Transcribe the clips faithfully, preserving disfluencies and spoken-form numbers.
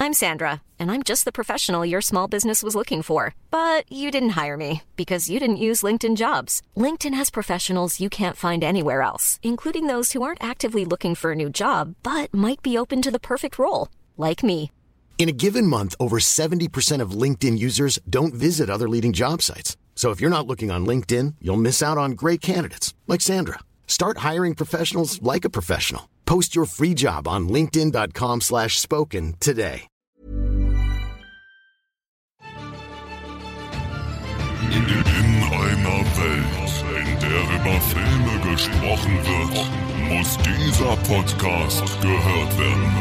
I'm Sandra, and I'm just the professional your small business was looking for. But you didn't hire me because you didn't use LinkedIn Jobs. LinkedIn has professionals you can't find anywhere else, including those who aren't actively looking for a new job, but might be open to the perfect role, like me. In a given month, over seventy percent of LinkedIn users don't visit other leading job sites. So if you're not looking on LinkedIn, you'll miss out on great candidates like Sandra. Start hiring professionals like a professional. Post your free job on linkedin.com slash spoken today. In einer Welt, in der über Filme gesprochen wird, muss dieser Podcast gehört werden.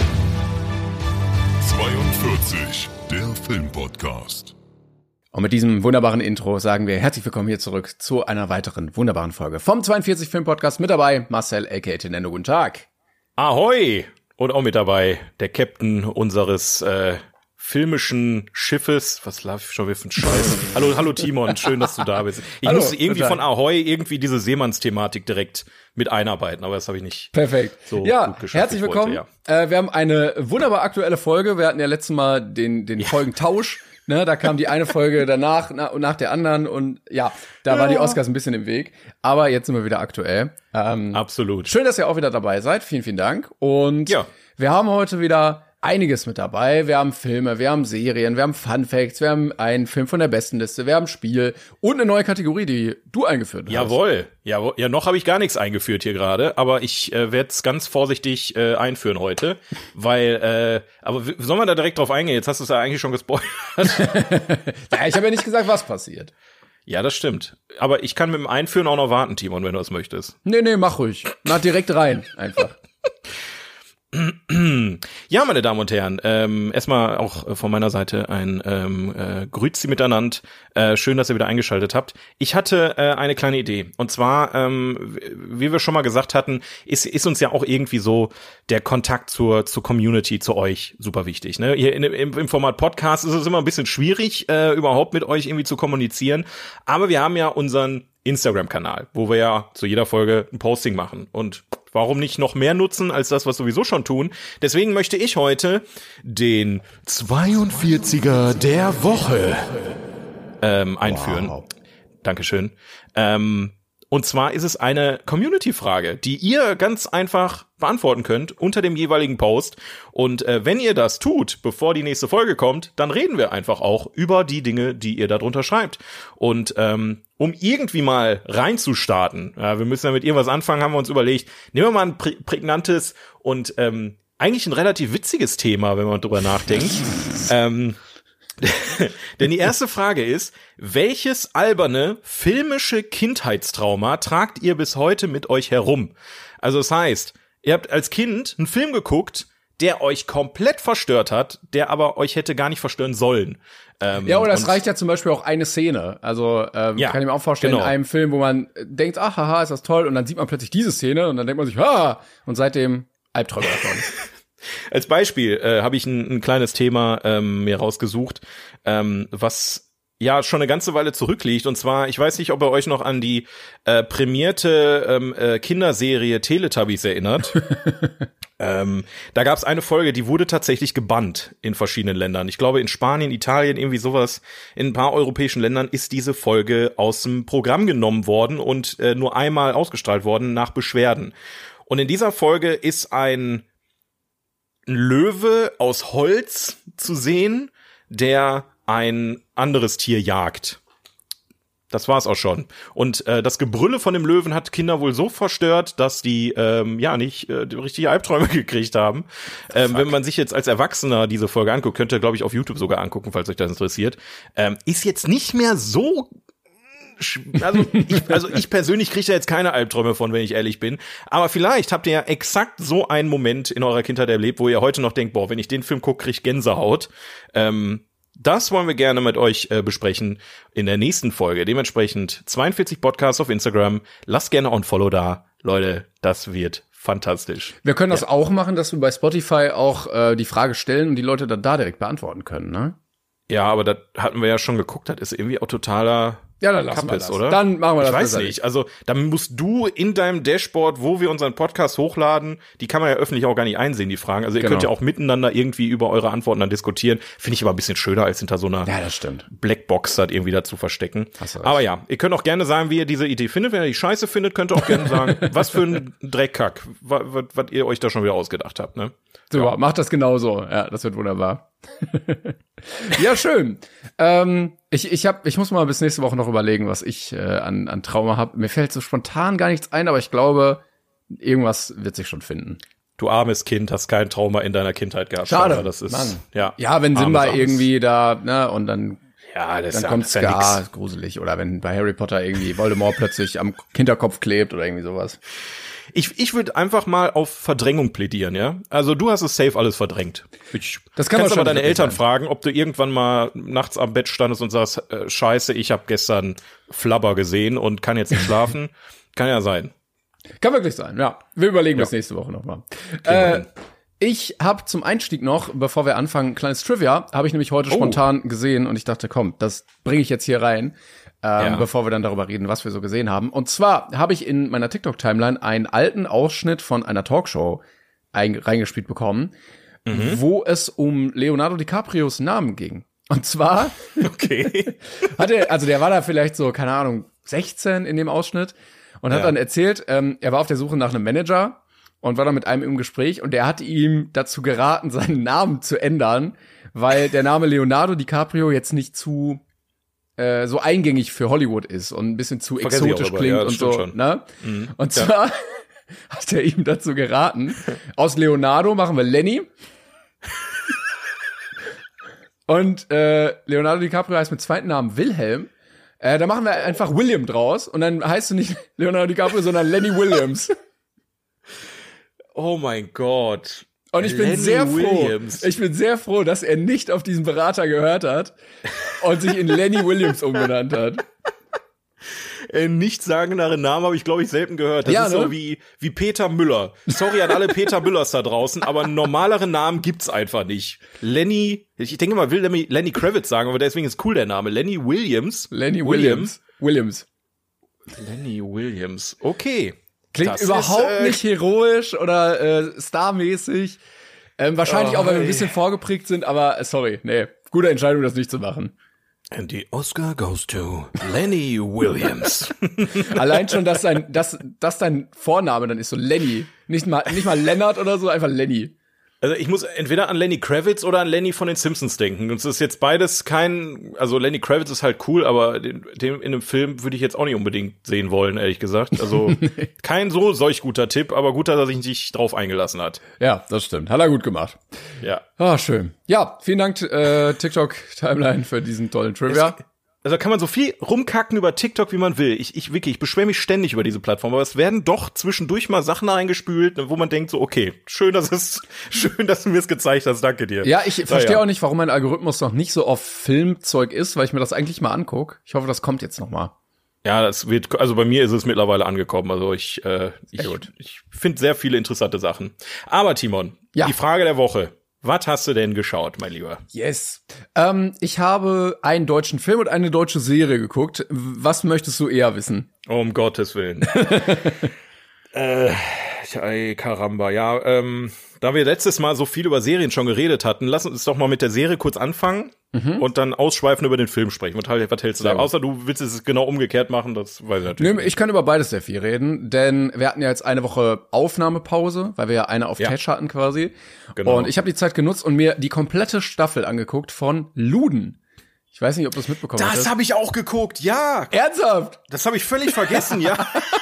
zweiundvierzig, der Filmpodcast. Und mit diesem wunderbaren Intro sagen wir herzlich willkommen hier zurück zu einer weiteren wunderbaren Folge vom zweiundvierzig Film-Podcast. Mit dabei Marcel aka Tenendo, guten Tag. Ahoi! Und auch mit dabei der Captain unseres äh, filmischen Schiffes. Was läuft schon wieder für ein Scheiß? hallo, hallo Timon, schön, dass du da bist. Ich hallo, musste irgendwie von Ahoi irgendwie diese Seemannsthematik direkt mit einarbeiten, aber das habe ich nicht Perfekt. so ja, gut geschafft. Herzlich willkommen. Wollte, ja. äh, wir haben eine wunderbar aktuelle Folge. Wir hatten ja letztes Mal den, den ja. Folgentausch. Ne, da kam die eine Folge danach und nach der anderen und ja, da ja. waren die Oscars ein bisschen im Weg. Aber jetzt sind wir wieder aktuell. Ähm, Absolut. Schön, dass ihr auch wieder dabei seid. Vielen, vielen Dank. Und ja. wir haben heute wieder einiges mit dabei. Wir haben Filme, wir haben Serien, wir haben Fun Facts, wir haben einen Film von der Bestenliste, wir haben Spiel und eine neue Kategorie, die du eingeführt hast. Jawohl, jawohl. Ja, noch habe ich gar nichts eingeführt hier gerade, aber ich äh, werde es ganz vorsichtig äh, einführen heute, weil, äh, aber w- sollen wir da direkt drauf eingehen? Jetzt hast du es ja eigentlich schon gespoilert. Ja, ich habe ja nicht gesagt, was passiert. Ja, das stimmt. Aber ich kann mit dem Einführen auch noch warten, Timon, wenn du das möchtest. Nee, nee, mach ruhig. Mach direkt rein, einfach. Ja, meine Damen und Herren, ähm, erstmal auch von meiner Seite ein ähm, äh, Grüezi miteinander. Äh, schön, dass ihr wieder eingeschaltet habt. Ich hatte äh, eine kleine Idee. Und zwar, ähm, wie wir schon mal gesagt hatten, ist, ist uns ja auch irgendwie so der Kontakt zur, zur Community, zu euch super wichtig. Ne? Hier in, im, im Format Podcast ist es immer ein bisschen schwierig, äh, überhaupt mit euch irgendwie zu kommunizieren. Aber wir haben ja unseren Instagram-Kanal, wo wir ja zu jeder Folge ein Posting machen. Und warum nicht noch mehr nutzen als das, was wir sowieso schon tun? Deswegen möchte ich heute den zweiundvierziger der Woche ähm, einführen. Wow. Dankeschön. Ähm, und zwar ist es eine Community-Frage, die ihr ganz einfach beantworten könnt unter dem jeweiligen Post. Und äh, wenn ihr das tut, bevor die nächste Folge kommt, dann reden wir einfach auch über die Dinge, die ihr darunter schreibt. Und ähm, um irgendwie mal reinzustarten, ja, wir müssen ja mit irgendwas anfangen, haben wir uns überlegt, nehmen wir mal ein prä- prägnantes und ähm, eigentlich ein relativ witziges Thema, wenn man drüber nachdenkt. ähm, Denn die erste Frage ist, welches alberne filmische Kindheitstrauma tragt ihr bis heute mit euch herum? Also das heißt, ihr habt als Kind einen Film geguckt, der euch komplett verstört hat, der aber euch hätte gar nicht verstören sollen. Ähm, ja, oder es reicht ja zum Beispiel auch eine Szene. Also ähm, ja, kann ich mir auch vorstellen, genau. In einem Film, wo man denkt, ach, haha, ist das toll, und dann sieht man plötzlich diese Szene und dann denkt man sich, ha, und seitdem Albträume davon. Als Beispiel äh, habe ich ein, ein kleines Thema ähm, mir rausgesucht, ähm, was ja schon eine ganze Weile zurückliegt. Und zwar, ich weiß nicht, ob ihr euch noch an die äh, prämierte ähm, äh, Kinderserie Teletubbies erinnert. ähm, da gab es eine Folge, die wurde tatsächlich gebannt in verschiedenen Ländern. Ich glaube, in Spanien, Italien, irgendwie sowas. In ein paar europäischen Ländern ist diese Folge aus dem Programm genommen worden und äh, nur einmal ausgestrahlt worden nach Beschwerden. Und in dieser Folge ist ein ein Löwe aus Holz zu sehen, der ein anderes Tier jagt. Das war's auch schon. Und äh, das Gebrülle von dem Löwen hat Kinder wohl so verstört, dass die ähm, ja nicht äh, richtige Albträume gekriegt haben. Ähm, wenn man sich jetzt als Erwachsener diese Folge anguckt, könnt ihr, glaube ich, auf YouTube sogar angucken, falls euch das interessiert. Ähm, ist jetzt nicht mehr so Also ich, also ich persönlich kriege da jetzt keine Albträume von, wenn ich ehrlich bin. Aber vielleicht habt ihr ja exakt so einen Moment in eurer Kindheit erlebt, wo ihr heute noch denkt, boah, wenn ich den Film gucke, krieg ich Gänsehaut. Ähm, das wollen wir gerne mit euch äh, besprechen in der nächsten Folge. Dementsprechend zweiundvierzig Podcasts auf Instagram. Lasst gerne auch ein Follow da. Leute, das wird fantastisch. Wir können das ja. auch machen, dass wir bei Spotify auch äh, die Frage stellen und die Leute dann da direkt beantworten können, ne? Ja, aber das hatten wir ja schon geguckt. Das ist irgendwie auch totaler Ja, dann lassen Cup wir ist, das. oder? Dann machen wir das. Ich weiß besser nicht. Also, dann musst du in deinem Dashboard, wo wir unseren Podcast hochladen, die kann man ja öffentlich auch gar nicht einsehen, die Fragen. Also, ihr Genau. könnt ja auch miteinander irgendwie über eure Antworten dann diskutieren. Finde ich aber ein bisschen schöner, als hinter so einer Ja, das stimmt. Blackbox das irgendwie da zu verstecken. Hast du recht. Aber ja, ihr könnt auch gerne sagen, wie ihr diese Idee findet. Wenn ihr die scheiße findet, könnt ihr auch gerne sagen, was für ein Dreckkack, was, was, was ihr euch da schon wieder ausgedacht habt, ne? Super, ja. Macht das genauso. Ja, das wird wunderbar. Ja, schön. ähm, ich, ich, hab, ich muss mal bis nächste Woche noch überlegen, was ich äh, an, an Trauma habe. Mir fällt so spontan gar nichts ein, aber ich glaube, irgendwas wird sich schon finden. Du armes Kind, hast kein Trauma in deiner Kindheit gehabt. Schade, aber das ist, Mann. ja. Ja, wenn Armes, Simba armes. irgendwie da, ne, und dann, Ja, das dann ist kommt ja, das ist ja Scar, nix. gruselig. Oder wenn bei Harry Potter irgendwie Voldemort plötzlich am Hinterkopf klebt oder irgendwie sowas. Ich, ich würde einfach mal auf Verdrängung plädieren, ja? Also du hast es safe alles verdrängt. Ich, Das kann kannst aber wahrscheinlich deine wirklich Eltern sein. fragen, ob du irgendwann mal nachts am Bett standest und sagst, äh, scheiße, ich habe gestern Flabber gesehen und kann jetzt nicht schlafen. Kann ja sein. Kann wirklich sein, ja. Wir überlegen das nächste Woche nochmal. Äh, ich habe zum Einstieg noch, bevor wir anfangen, ein kleines Trivia, habe ich nämlich heute Oh. spontan gesehen und ich dachte, komm, das bringe ich jetzt hier rein, ähm, Ja. bevor wir dann darüber reden, was wir so gesehen haben. Und zwar habe ich in meiner TikTok-Timeline einen alten Ausschnitt von einer Talkshow ein- reingespielt bekommen, Mhm. wo es um Leonardo DiCaprios Namen ging. Und zwar Okay. hat er, also der war da vielleicht so, keine Ahnung, sechzehn in dem Ausschnitt und hat Ja. dann erzählt, ähm, er war auf der Suche nach einem Manager und war dann mit einem im Gespräch und der hat ihm dazu geraten, seinen Namen zu ändern, weil der Name Leonardo DiCaprio jetzt nicht zu äh, so eingängig für Hollywood ist und ein bisschen zu Vergesse ich exotisch auch immer, klingt ja, das und so, stimmt schon. ne? Mhm. Und Ja. zwar hat er ihm dazu geraten, aus Leonardo machen wir Lenny. Und äh, Leonardo DiCaprio heißt mit zweiten Namen Wilhelm. Äh, da machen wir einfach William draus. Und dann heißt du nicht Leonardo DiCaprio, sondern Lenny Williams. Oh mein Gott. Und ich bin Lenny sehr froh, Williams. ich bin sehr froh, dass er nicht auf diesen Berater gehört hat und sich in Lenny Williams umbenannt hat. Äh, Nichtssagendere Namen habe ich, glaube ich, selten gehört. Das Ja, ist ne? so wie, wie Peter Müller. Sorry an alle Peter Müllers da draußen, aber einen normaleren Namen gibt's einfach nicht. Lenny, ich denke mal, will Lenny, Lenny Kravitz sagen, aber deswegen ist cool der Name. Lenny Williams. Lenny Williams. Williams. Lenny Williams. Okay. Klingt Das überhaupt ist, äh, nicht heroisch oder äh, starmäßig. Ähm, wahrscheinlich Oh, auch, weil wir ein hey. bisschen vorgeprägt sind, aber äh, sorry, nee. Gute Entscheidung, das nicht zu machen. And the Oscar goes to Lenny Williams. Allein schon, dass dein, dass, dass dein Vorname dann ist so Lenny. Nicht mal, nicht mal Lennart oder so, einfach Lenny. Also ich muss entweder an Lenny Kravitz oder an Lenny von den Simpsons denken. Und es ist jetzt beides kein, also Lenny Kravitz ist halt cool, aber den, den in einem Film würde ich jetzt auch nicht unbedingt sehen wollen, ehrlich gesagt. Also kein so solch guter Tipp, aber gut, dass er sich nicht drauf eingelassen hat. Ja, das stimmt. Hat er gut gemacht. Ja. Ah, schön. Ja, vielen Dank, äh, TikTok-Timeline für diesen tollen Trivia. Also kann man so viel rumkacken über TikTok, wie man will. Ich, ich wirklich, ich beschwere mich ständig über diese Plattform, aber es werden doch zwischendurch mal Sachen eingespült, wo man denkt so, okay, schön, dass es, schön, dass du mir es gezeigt hast, danke dir. Ja, ich Na verstehe ja. auch nicht, warum mein Algorithmus noch nicht so auf Filmzeug ist, weil ich mir das eigentlich mal angucke. Ich hoffe, das kommt jetzt noch mal. Ja, das wird, also bei mir ist es mittlerweile angekommen. Also ich, äh, ich, Sehr gut. ich finde sehr viele interessante Sachen. Aber Timon, Ja. die Frage der Woche. Was hast du denn geschaut, mein Lieber? Yes. Ähm, ich habe einen deutschen Film und eine deutsche Serie geguckt. Was möchtest du eher wissen? Um Gottes Willen. äh, ey, Karamba, ja, ähm, da wir letztes Mal so viel über Serien schon geredet hatten, lass uns doch mal mit der Serie kurz anfangen und dann ausschweifend über den Film sprechen. Was, halt- was hältst du da? Sehr gut. Außer du willst es genau umgekehrt machen, das weiß ich natürlich Nö, ich kann über beides sehr viel reden, denn wir hatten ja jetzt eine Woche Aufnahmepause, weil wir ja eine auf Ja. Cash hatten quasi. Genau. Und ich habe die Zeit genutzt und mir die komplette Staffel angeguckt von Luden. Ich weiß nicht, ob du es mitbekommen hast. Das habe ich auch geguckt, ja. Ernsthaft? Das habe ich völlig vergessen, ja.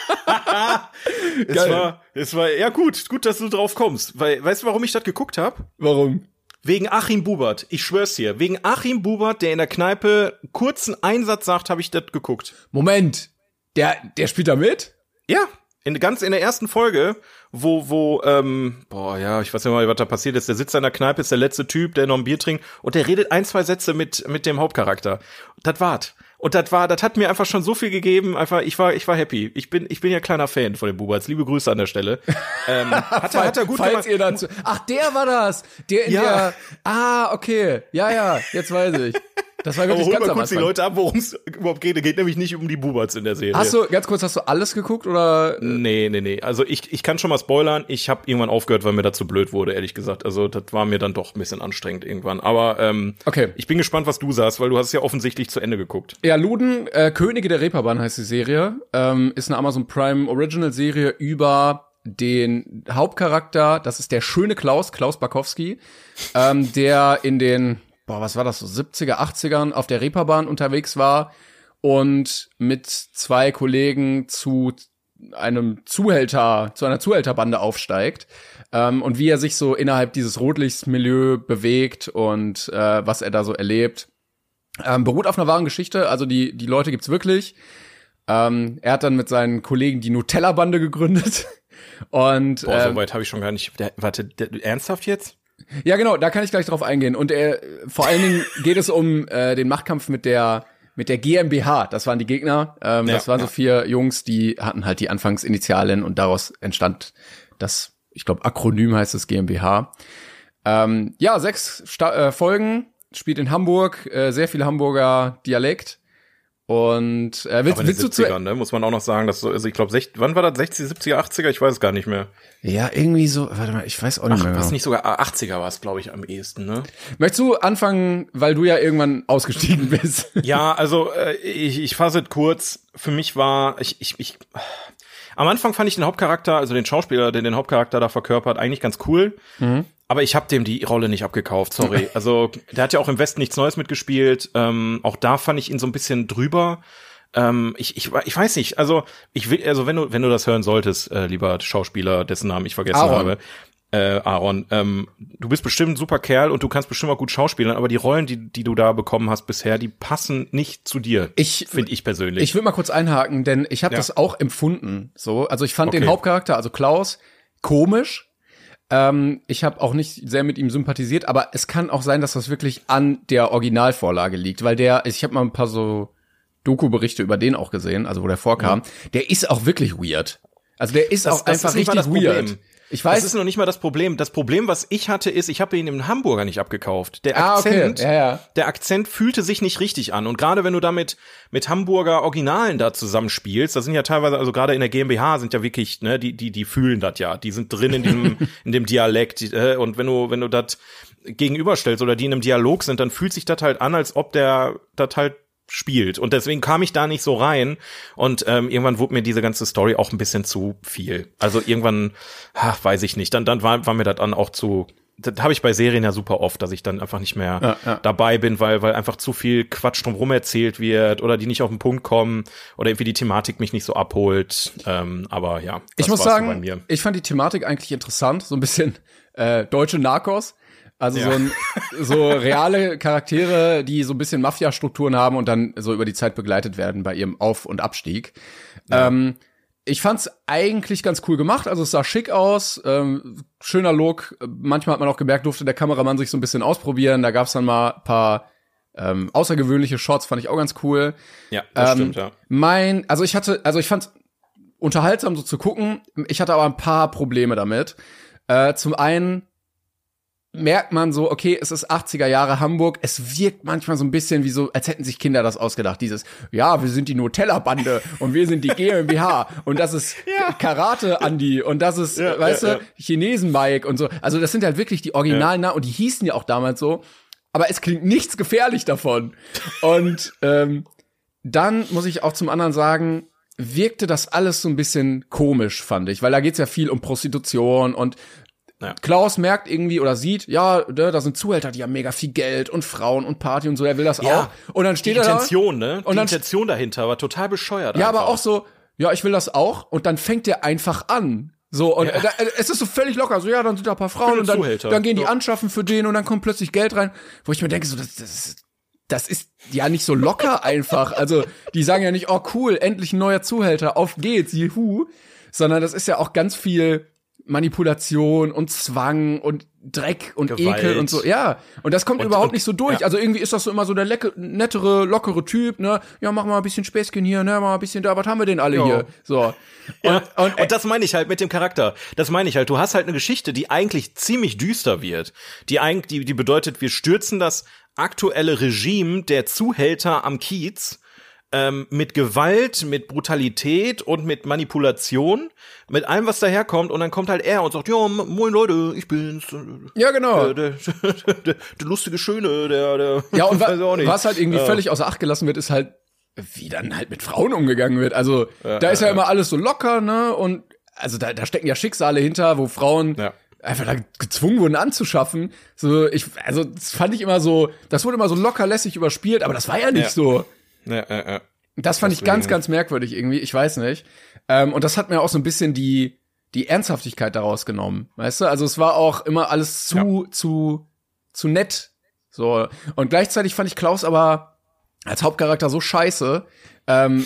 es Geil. war, es war, ja gut, gut, dass du drauf kommst. Weil, weißt du, warum ich das geguckt habe? Warum? Wegen Achim Bubert. Ich schwör's dir. Wegen Achim Bubert, der in der Kneipe kurzen Einsatz sagt, habe ich das geguckt. Moment, der, der spielt da mit? Ja, in, ganz in der ersten Folge, wo, wo, ähm, boah, ja, ich weiß nicht mal, was da passiert ist. Der sitzt in der Kneipe, ist der letzte Typ, der noch ein Bier trinkt und der redet ein, zwei Sätze mit, mit dem Hauptcharakter. Das war's. Und das war, das hat mir einfach schon so viel gegeben. Einfach, ich war, ich war happy. Ich bin, ich bin ja kleiner Fan von den Buberts. Liebe Grüße an der Stelle. Ähm, hat er, hat er gut Falls gemacht. ihr dazu. Ach, der war das. Der in Ja. der. Ah, okay. Ja, ja, jetzt weiß ich. Das war wirklich Aber hol ganz mal am kurz die Anfang. Leute ab, worum es überhaupt geht. Es geht nämlich nicht um die Buberts in der Serie. Hast du, ganz kurz, hast du alles geguckt oder? Nee, nee, nee. Also ich, ich kann schon mal spoilern. Ich habe irgendwann aufgehört, weil mir das zu blöd wurde, ehrlich gesagt. Also das war mir dann doch ein bisschen anstrengend irgendwann. Aber ähm, Okay. ich bin gespannt, was du sagst, weil du hast es ja offensichtlich zu Ende geguckt. Ja, Luden, äh, Könige der Reeperbahn heißt die Serie. Ähm, ist eine Amazon Prime Original Serie über den Hauptcharakter. Das ist der schöne Klaus, Klaus Barkowski, ähm, der in den, boah, was war das, so siebziger, achtzigern auf der Reeperbahn unterwegs war und mit zwei Kollegen zu einem Zuhälter, zu einer Zuhälterbande aufsteigt, ähm, und wie er sich so innerhalb dieses Rotlichtsmilieu bewegt und äh, was er da so erlebt. Ähm, beruht auf einer wahren Geschichte, also die die Leute gibt's wirklich. Ähm, er hat dann mit seinen Kollegen die Nutella-Bande gegründet. Und Boah, so ähm, weit habe ich schon gar nicht. Der, warte, der, ernsthaft jetzt? ja, genau, da kann ich gleich drauf eingehen. Und er, vor allen Dingen geht es um äh, den Machtkampf mit der mit der GmbH. Das waren die Gegner. Ähm, Ja, das waren ja. so vier Jungs, die hatten halt die Anfangsinitialen und daraus entstand das, ich glaube, Akronym heißt es GmbH. Ähm, ja, sechs Sta- äh, Folgen, spielt in Hamburg, äh, sehr viel Hamburger Dialekt. Und äh, willst, Aber in den willst du zu siebzigern, ne? Muss man auch noch sagen, dass so, also ich glaube, wann war das? sechzig, siebziger, achtziger? Ich weiß es gar nicht mehr. Ja, irgendwie so, warte mal, ich weiß auch nicht Ach, mehr. was genau. nicht sogar achtziger war es, glaube ich, am ehesten, ne? Möchtest du anfangen, weil du ja irgendwann ausgestiegen bist? Ja, also äh, ich, ich fasse es kurz. Für mich war, ich, ich, ich, am Anfang fand ich den Hauptcharakter, also den Schauspieler, der den Hauptcharakter da verkörpert, eigentlich ganz cool. Mhm. Aber ich habe dem die Rolle nicht abgekauft, sorry. Also der hat ja auch im Westen nichts Neues mitgespielt. Ähm, auch da fand ich ihn so ein bisschen drüber. Ähm, ich, ich, ich weiß nicht, also ich will, also wenn du, wenn du das hören solltest, äh, lieber Schauspieler, dessen Namen ich vergessen Aaron. habe, äh, Aaron, ähm, du bist bestimmt ein super Kerl und du kannst bestimmt auch gut schauspielern, aber die Rollen, die, die du da bekommen hast bisher, die passen nicht zu dir. Ich finde ich persönlich. Ich will mal kurz einhaken, denn ich habe Ja. das auch empfunden. So, also ich fand Okay. den Hauptcharakter, also Klaus, komisch. Ähm, ich habe auch nicht sehr mit ihm sympathisiert, aber es kann auch sein, dass das wirklich an der Originalvorlage liegt, weil der, ich habe mal ein paar so Doku-Berichte über den auch gesehen, also wo der vorkam. Mhm. Der ist auch wirklich weird. Also der ist Das- auch das einfach ist nicht mal richtig das weird. Problem. Ich weiß. Das ist noch nicht mal das Problem. Das Problem, was ich hatte, ist, ich habe ihn im Hamburger nicht abgekauft. Der Ah, okay. Akzent, Ja, ja. der Akzent fühlte sich nicht richtig an. Und gerade wenn du damit mit Hamburger Originalen da zusammenspielst, das sind ja teilweise, also gerade in der GmbH sind ja wirklich, ne, die die die fühlen das ja, die sind drin in dem in dem Dialekt. Äh, und wenn du wenn du das gegenüberstellst oder die in einem Dialog sind, dann fühlt sich das halt an, als ob der das halt spielt. Und deswegen kam ich da nicht so rein. Und ähm, irgendwann wurde mir diese ganze Story auch ein bisschen zu viel. Also irgendwann, ach, weiß ich nicht. Dann, dann war, war mir das dann auch zu. Das habe ich bei Serien ja super oft, dass ich dann einfach nicht mehr Ja, ja. dabei bin, weil weil einfach zu viel Quatsch drumherum erzählt wird oder die nicht auf den Punkt kommen oder irgendwie die Thematik mich nicht so abholt. Ähm, aber ja, das Ich muss war's so sagen, bei mir. ich fand die Thematik eigentlich interessant, so ein bisschen äh, deutsche Narcos. Also Ja. so, ein, so reale Charaktere, die so ein bisschen Mafia-Strukturen haben und dann so über die Zeit begleitet werden bei ihrem Auf- und Abstieg. Ja. Ähm, ich fand's eigentlich ganz cool gemacht, also es sah schick aus, ähm, schöner Look. Manchmal hat man auch gemerkt, durfte der Kameramann sich so ein bisschen ausprobieren. Da gab's dann mal ein paar ähm, außergewöhnliche Shots, fand ich auch ganz cool. Ja, das Ähm, stimmt, ja. Mein, also ich hatte, also ich fand's unterhaltsam so zu gucken. Ich hatte aber ein paar Probleme damit. Äh, zum einen merkt man so, okay, es ist achtziger Jahre Hamburg. Es wirkt manchmal so ein bisschen wie so, als hätten sich Kinder das ausgedacht. Dieses, ja, wir sind die Nutella-Bande und wir sind die GmbH und das ist Karate-Andi und das ist, Ja, weißt ja, du, Chinesen-Mike und so. Also das sind halt wirklich die originalen Namen und die hießen ja auch damals so. Aber es klingt nichts gefährlich davon. Und ähm, dann muss ich auch zum anderen sagen, wirkte das alles so ein bisschen komisch, fand ich. Weil da geht's ja viel um Prostitution und Ja. Klaus merkt irgendwie oder sieht, ja, ne, da sind Zuhälter, die haben mega viel Geld und Frauen und Party und so, er will das Ja, auch. Und dann steht Die er da. Intention, ne? Die Und dann- Intention dahinter war total bescheuert. Ja, einfach. aber auch so, ja, ich will das auch. Und dann fängt der einfach an. So, und Ja. da, es ist so völlig locker. So, ja, dann sind da ein paar Frauen Viele und dann, Zuhälter. dann gehen die Ja. anschaffen für den und dann kommt plötzlich Geld rein. Wo ich mir denke, so, das, das, das ist ja nicht so locker einfach. Also, die sagen ja nicht, oh cool, endlich ein neuer Zuhälter, auf geht's, juhu. Sondern das ist ja auch ganz viel Manipulation und Zwang und Dreck und Gewalt. Ekel und so. Ja, und das kommt Und- überhaupt und- nicht so durch. ja. Also irgendwie ist das so immer so der lecke, nettere, lockere Typ, ne? Ja, mach mal ein bisschen Späßchen hier, ne? Mach mal ein bisschen da, was haben wir denn alle Jo. hier? So. Ja, Und, und, und, das meine ich halt mit dem Charakter. Das meine ich halt. Du hast halt eine Geschichte, die eigentlich ziemlich düster wird. Die eigentlich, die, die bedeutet, wir stürzen das aktuelle Regime der Zuhälter am Kiez ähm, mit Gewalt, mit Brutalität und mit Manipulation, mit allem, was daherkommt. Und dann kommt halt er und sagt, ja, moin Leute, ich bin's. ja, genau. Der, der, der, der lustige Schöne, der, der. Ja, und wa weiß auch nicht. was halt irgendwie Ja. völlig außer Acht gelassen wird, ist halt, wie dann halt mit Frauen umgegangen wird. Also, Ja, da ist ja, ja, immer alles so locker, ne? Und also da, da stecken ja Schicksale hinter, wo Frauen Ja. einfach da gezwungen wurden anzuschaffen. So, ich, also das fand ich immer so, das wurde immer so locker lässig überspielt, aber das war ja nicht Ja. so. Ja, ja, ja. Das fand ich Deswegen. ganz, ganz merkwürdig irgendwie, ich weiß nicht. Ähm, und das hat mir auch so ein bisschen die, die Ernsthaftigkeit daraus genommen, weißt du? Also es war auch immer alles zu, zu, zu nett. So. Und gleichzeitig fand ich Klaus aber als Hauptcharakter so scheiße. Ähm,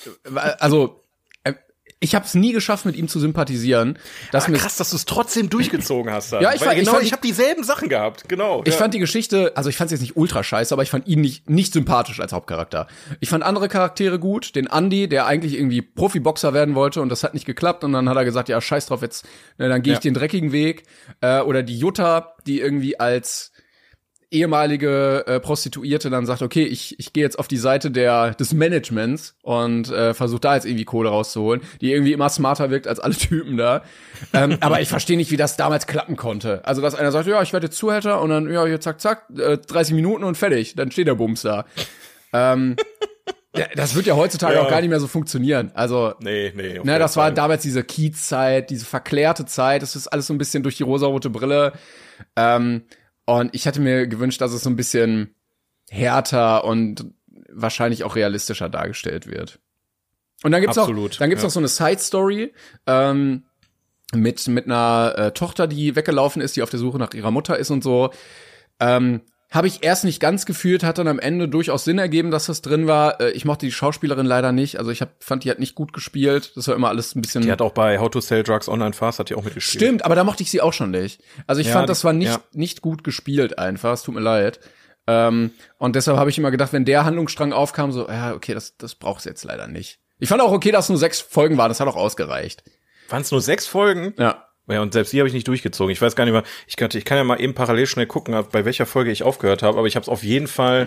also, äh, ich habe es nie geschafft, mit ihm zu sympathisieren. Dass Ah, mir krass, dass du es trotzdem durchgezogen hast. Dann. Ja, ich Weil fand- ich genau, fand- ich habe dieselben Sachen gehabt, genau. Ich ja. fand die Geschichte, also ich fand es jetzt nicht ultra scheiße, aber ich fand ihn nicht, nicht sympathisch als Hauptcharakter. Ich fand andere Charaktere gut. Den Andy, der eigentlich irgendwie Profiboxer werden wollte und das hat nicht geklappt. Und dann hat er gesagt, ja, scheiß drauf, jetzt, ne, dann gehe ich Ja. den dreckigen Weg. Äh, oder die Jutta, die irgendwie als ehemalige äh, Prostituierte dann sagt, okay, ich ich gehe jetzt auf die Seite der des Managements und äh, versuche da jetzt irgendwie Kohle rauszuholen, die irgendwie immer smarter wirkt als alle Typen da. ähm, aber ich verstehe nicht, wie das damals klappen konnte. Also, dass einer sagt, ja, ich werde jetzt Zuhälter und dann, ja, hier zack, zack, äh, dreißig Minuten und fertig, dann steht der Bums da. ähm, ja, das wird ja heutzutage Ja. auch gar nicht mehr so funktionieren. Also, Nee, nee. auf ne, keinen das war Fall. damals diese Kiez-Zeit, diese verklärte Zeit, das ist alles so ein bisschen durch die rosarote Brille. Ähm, und ich hatte mir gewünscht, dass es so ein bisschen härter und wahrscheinlich auch realistischer dargestellt wird. Und dann gibt's Absolut, auch, dann gibt's ja. auch so eine Side-Story, ähm, mit, mit einer äh, Tochter, die weggelaufen ist, die auf der Suche nach ihrer Mutter ist und so. Ähm, Habe ich erst nicht ganz gefühlt, hat dann am Ende durchaus Sinn ergeben, dass das drin war. Äh, ich mochte die Schauspielerin leider nicht. Also ich hab, fand, die hat nicht gut gespielt. Das war immer alles ein bisschen... Die hat auch bei How to Sell Drugs Online Fast hat die auch mitgespielt. Stimmt, aber da mochte ich sie auch schon nicht. Also ich Ja, fand, das war nicht, ja. nicht gut gespielt einfach. Es tut mir leid. Ähm, und deshalb habe ich immer gedacht, wenn der Handlungsstrang aufkam, so, ja, okay, das, das braucht's jetzt leider nicht. Ich fand auch okay, dass es nur sechs Folgen waren. Das hat auch ausgereicht. Waren es nur sechs Folgen? Ja. Ja, und selbst die habe ich nicht durchgezogen. Ich weiß gar nicht mehr, ich kann, ich kann ja mal eben parallel schnell gucken, bei welcher Folge ich aufgehört habe, aber ich habe es auf jeden Fall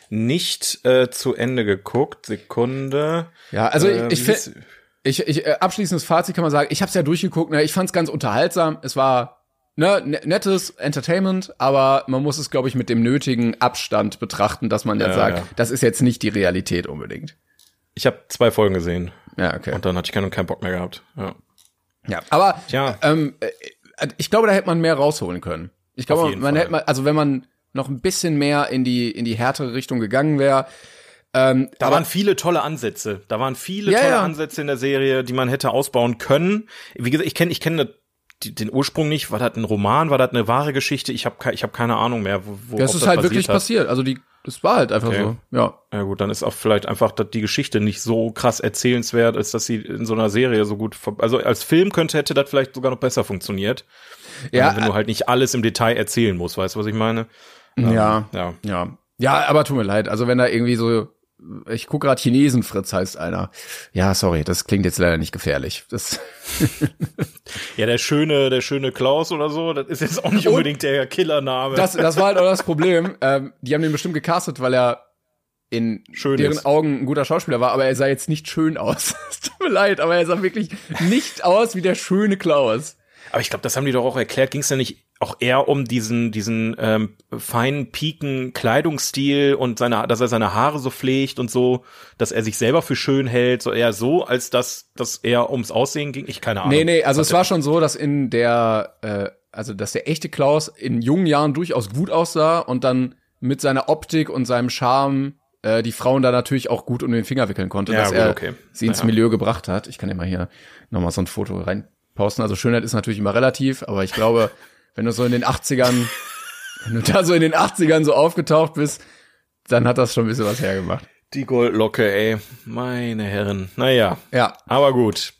nicht äh, zu Ende geguckt. Sekunde. Ja, also Äh, ich, ich wie finde, ich, ich, äh, abschließendes Fazit kann man sagen, ich habe es ja durchgeguckt, ne, ich fand es ganz unterhaltsam, es war ne, ne- nettes Entertainment, aber man muss es, glaube ich, mit dem nötigen Abstand betrachten, dass man jetzt Ja, sagt, ja. das ist jetzt nicht die Realität unbedingt. Ich habe zwei Folgen gesehen Ja, okay. und dann hatte ich keinen, keinen Bock mehr gehabt. Ja. Ja, aber Tja. ähm, äh, ich glaube, da hätte man mehr rausholen können. Ich Auf glaube, jeden man Fall. hätte mal, also wenn man noch ein bisschen mehr in die in die härtere Richtung gegangen wäre. Ähm, Da aber, waren viele tolle Ansätze. Da waren viele Ja, tolle ja. Ansätze in der Serie, die man hätte ausbauen können. Wie gesagt, ich kenne ich kenne die- den Ursprung nicht. War das ein Roman? War das eine wahre Geschichte? Ich habe ich hab keine Ahnung mehr, wo, wo das ob ist halt basiert wirklich hat. passiert. Also die, das war halt einfach Okay. so. Ja. Ja gut, dann ist auch vielleicht einfach dass die Geschichte nicht so krass erzählenswert, als dass sie in so einer Serie so gut, ver- also als Film könnte, hätte das vielleicht sogar noch besser funktioniert. Ja, Also wenn du halt nicht alles im Detail erzählen musst, weißt du, was ich meine? Ja, ja. ja. Ja, aber tut mir leid. Also wenn da irgendwie so, ich guck gerade Chinesen-Fritz heißt einer. Ja, sorry, das klingt jetzt leider nicht gefährlich. Das Ja, der schöne, der schöne Klaus oder so, das ist jetzt auch nicht Und- unbedingt der Killername. Das, das war halt auch das Problem. Ähm, die haben den bestimmt gecastet, weil er in Schön deren ist. Augen ein guter Schauspieler war, aber er sah jetzt nicht schön aus. Es tut mir leid, aber er sah wirklich nicht aus wie der schöne Klaus. Aber ich glaube, das haben die doch auch erklärt. Ging es ja nicht auch eher um diesen diesen ähm, feinen Piken Kleidungsstil und seine, dass er seine Haare so pflegt und so, dass er sich selber für schön hält, so eher so, als dass dass eher ums Aussehen ging. Ich keine Ahnung. Nee, nee, also Was es hat war schon so, dass in der, äh, also dass der echte Klaus in jungen Jahren durchaus gut aussah und dann mit seiner Optik und seinem Charme äh, die Frauen da natürlich auch gut um den Finger wickeln konnte, Ja, dass gut, er okay. sie ins Ja. Milieu gebracht hat. Ich kann ja mal hier nochmal so ein Foto reinposten. Also Schönheit ist natürlich immer relativ, aber ich glaube, wenn du so in den achtzigern, wenn du da so in den achtzigern so aufgetaucht bist, dann hat das schon ein bisschen was hergemacht. Die Goldlocke, ey. Meine Herren. Naja. Ja. Aber gut.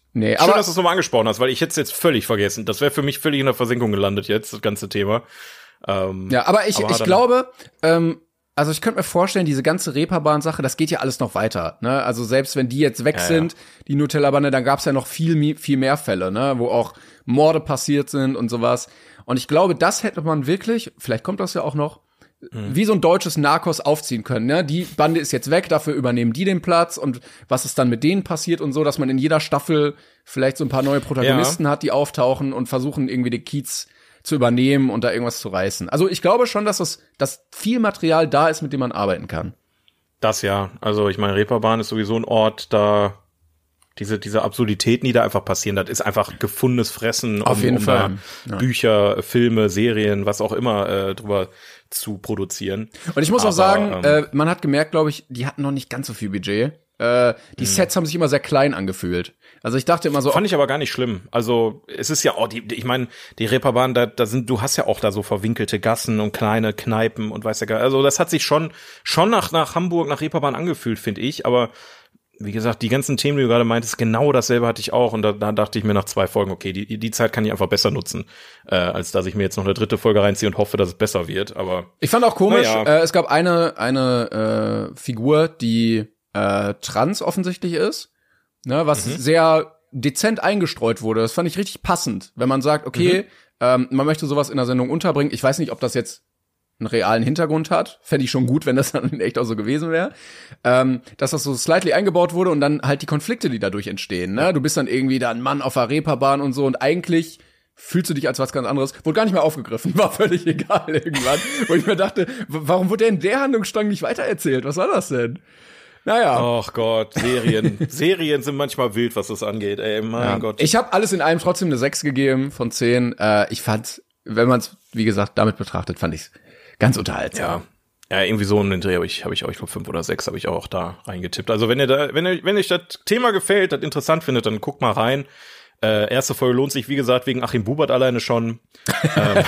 Nee, Schön, aber dass du es nochmal angesprochen hast, weil ich hätte es jetzt völlig vergessen. Das wäre für mich völlig in der Versenkung gelandet jetzt, das ganze Thema. Ähm, ja, aber ich, aber ich glaube, ähm, also ich könnte mir vorstellen, diese ganze Reeperbahn-Sache, das geht ja alles noch weiter, ne? Also selbst wenn die jetzt weg ja, sind, ja. die Nutella-Bande, dann gab's ja noch viel, viel mehr Fälle, ne? Wo auch Morde passiert sind und sowas. Und ich glaube, das hätte man wirklich, vielleicht kommt das ja auch noch, mhm. wie so ein deutsches Narcos aufziehen können, ne? Die Bande ist jetzt weg, dafür übernehmen die den Platz und was ist dann mit denen passiert und so, dass man in jeder Staffel vielleicht so ein paar neue Protagonisten ja. hat, die auftauchen und versuchen irgendwie den Kiez zu übernehmen und da irgendwas zu reißen. Also ich glaube schon, dass es, dass viel Material da ist, mit dem man arbeiten kann. Das ja. Also ich meine, Reeperbahn ist sowieso ein Ort, da diese diese Absurditäten, die da einfach passieren, das ist einfach gefundenes Fressen, Auf um, jeden um Fall. Da Ja. Bücher, Filme, Serien, was auch immer äh, drüber zu produzieren. Und ich muss Aber, auch sagen, ähm, äh, man hat gemerkt, glaube ich, die hatten noch nicht ganz so viel Budget. Äh, die mh. Sets haben sich immer sehr klein angefühlt. Also ich dachte immer so, Fand ich aber gar nicht schlimm. Also es ist ja auch, die, die, ich meine, die Reeperbahn, da, da sind, du hast ja auch da so verwinkelte Gassen und kleine Kneipen und weiß ja gar, also das hat sich schon schon nach nach Hamburg, nach Reeperbahn angefühlt, finde ich. Aber wie gesagt, die ganzen Themen, die du gerade meintest, genau dasselbe hatte ich auch. Und da, da dachte ich mir nach zwei Folgen, okay, die die Zeit kann ich einfach besser nutzen, äh, als dass ich mir jetzt noch eine dritte Folge reinziehe und hoffe, dass es besser wird. Aber ich fand auch komisch, ja. äh, es gab eine eine äh, Figur, die äh, trans offensichtlich ist, ne, was Mhm. sehr dezent eingestreut wurde. Das fand ich richtig passend, wenn man sagt, okay, mhm. ähm, man möchte sowas in der Sendung unterbringen. Ich weiß nicht, ob das jetzt einen realen Hintergrund hat. Fände ich schon gut, wenn das dann echt auch so gewesen wäre. Ähm, dass das so slightly eingebaut wurde und dann halt die Konflikte, die dadurch entstehen. Ne? Du bist dann irgendwie da ein Mann auf der Reeperbahn und so und eigentlich fühlst du dich als was ganz anderes. Wurde gar nicht mehr aufgegriffen, war völlig egal irgendwann. Wo ich mir dachte, w- warum wurde denn der Handlungsstrang nicht weitererzählt? Was war das denn? Naja. Ach Gott, Serien. Serien sind manchmal wild, was das angeht, ey, mein Ja. Gott. Ich habe alles in allem trotzdem eine sechs gegeben von zehn. Äh, ich fand, wenn man es, wie gesagt, damit betrachtet, fand ich es ganz unterhaltsam. Ja. Ja, irgendwie so um den Dreh habe ich, habe ich auch, ich glaube, fünf oder sechs habe ich auch da reingetippt. Also wenn ihr da, wenn ihr, wenn euch das Thema gefällt, das interessant findet, dann guckt mal rein. Äh, erste Folge lohnt sich, wie gesagt, wegen Achim Bubert alleine schon. ähm,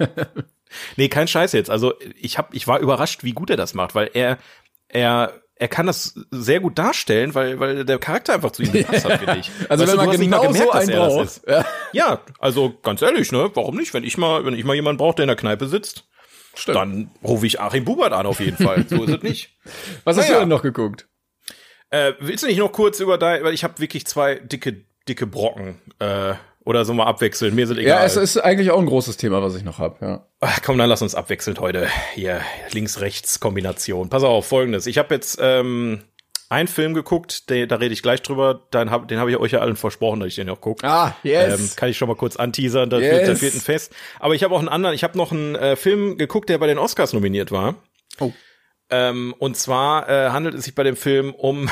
nee, kein Scheiß jetzt. Also ich hab, ich war überrascht, wie gut er das macht, weil er, er, er kann das sehr gut darstellen, weil, weil der Charakter einfach zu ihm gepasst hat, finde ich. Also Weißt wenn du, man du hast nicht mal genau gemerkt, so dass einen er das braucht. ist. Ja. Ja, also ganz ehrlich, ne? Warum nicht? Wenn ich mal, wenn ich mal jemanden brauche, der in der Kneipe sitzt, Stimmt. dann rufe ich Achim Bubert an auf jeden Fall. So ist es nicht. Was hast Naja. du denn noch geguckt? Äh, willst du nicht noch kurz über dein, weil ich habe wirklich zwei dicke, dicke Brocken, äh, oder so mal abwechseln. Mir sind egal. Ja, es ist eigentlich auch ein großes Thema, was ich noch habe. Ja. Ach, komm, dann lass uns abwechseln heute. Hier, Links-Rechts-Kombination. Pass auf, Folgendes. Ich habe jetzt ähm, einen Film geguckt, der, da rede ich gleich drüber. Dann hab, den habe ich euch ja allen versprochen, dass ich den auch gucke. Ah, yes. Ähm, kann ich schon mal kurz anteasern, das, Yes. wird, das wird ein Fest. Aber ich habe auch einen anderen, ich habe noch einen äh, Film geguckt, der bei den Oscars nominiert war. Oh. Ähm, und zwar äh, handelt es sich bei dem Film um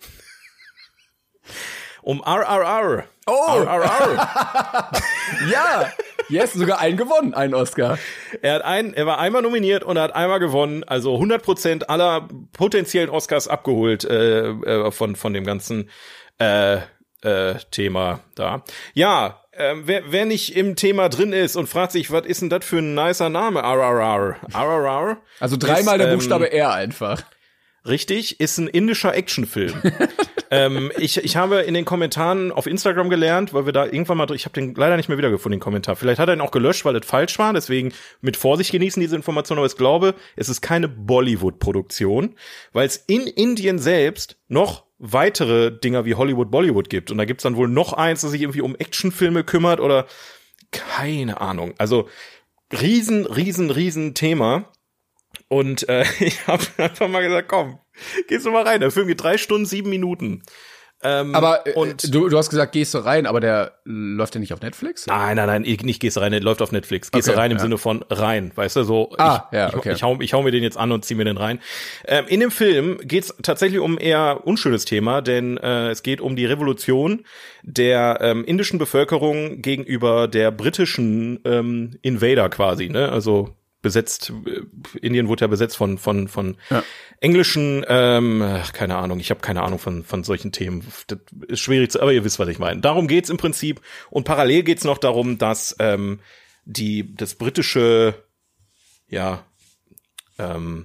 um R R R. Oh. R R R. Ja, yes, sogar einen gewonnen, einen Oscar. Er hat einen, er war einmal nominiert und er hat einmal gewonnen, also hundert Prozent aller potenziellen Oscars abgeholt äh, äh, von von dem ganzen äh, äh, Thema da. Ja, äh, wer, wer nicht im Thema drin ist und fragt sich, was ist denn das für ein nicer Name, R R R? R R R? Also dreimal ist, der ähm, Buchstabe R einfach. Richtig, ist ein indischer Actionfilm. ähm, ich, ich habe in den Kommentaren auf Instagram gelernt, weil wir da irgendwann mal, ich habe den leider nicht mehr wiedergefunden, den Kommentar. Vielleicht hat er ihn auch gelöscht, weil das falsch war, deswegen mit Vorsicht genießen diese Information, aber ich glaube, es ist keine Bollywood-Produktion, weil es in Indien selbst noch weitere Dinger wie Hollywood, Bollywood gibt. Und da gibt's dann wohl noch eins, das sich irgendwie um Actionfilme kümmert oder keine Ahnung. Also riesen, riesen, riesen Thema. Und äh, ich habe einfach mal gesagt, komm, gehst du mal rein. Der Film geht drei Stunden, sieben Minuten. Ähm, Aber äh, und du, du hast gesagt, gehst du rein, aber der läuft ja nicht auf Netflix? Nein, nein, nein, nicht gehst du rein, der läuft auf Netflix. Gehst Okay, du rein im ja. Sinne von rein, weißt du, so Ah, ich, ja, ich, okay. ich, hau, ich hau mir den jetzt an und zieh mir den rein. Ähm, in dem Film geht's tatsächlich um eher unschönes Thema, denn äh, es geht um die Revolution der ähm, indischen Bevölkerung gegenüber der britischen ähm, Invader quasi, ne? Also besetzt, äh, Indien wurde ja besetzt von von von Ja. englischen, ähm, ach, keine Ahnung, ich habe keine Ahnung von von solchen Themen. Das ist schwierig zu, aber ihr wisst, was ich meine. Darum geht's im Prinzip. Und parallel geht's noch darum, dass ähm, die das britische, ja, ähm,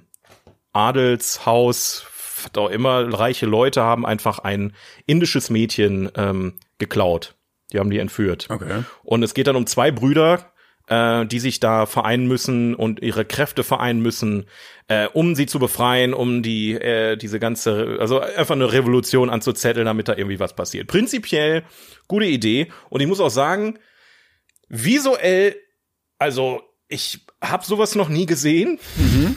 Adelshaus, was auch immer, reiche Leute haben einfach ein indisches Mädchen ähm, geklaut. Die haben die entführt. Okay. Und es geht dann um zwei Brüder, äh, die sich da vereinen müssen und ihre Kräfte vereinen müssen, äh, um sie zu befreien, um die äh, diese ganze, also einfach eine Revolution anzuzetteln, damit da irgendwie was passiert. Prinzipiell gute Idee. Und ich muss auch sagen, visuell, also ich habe sowas noch nie gesehen. Mhm.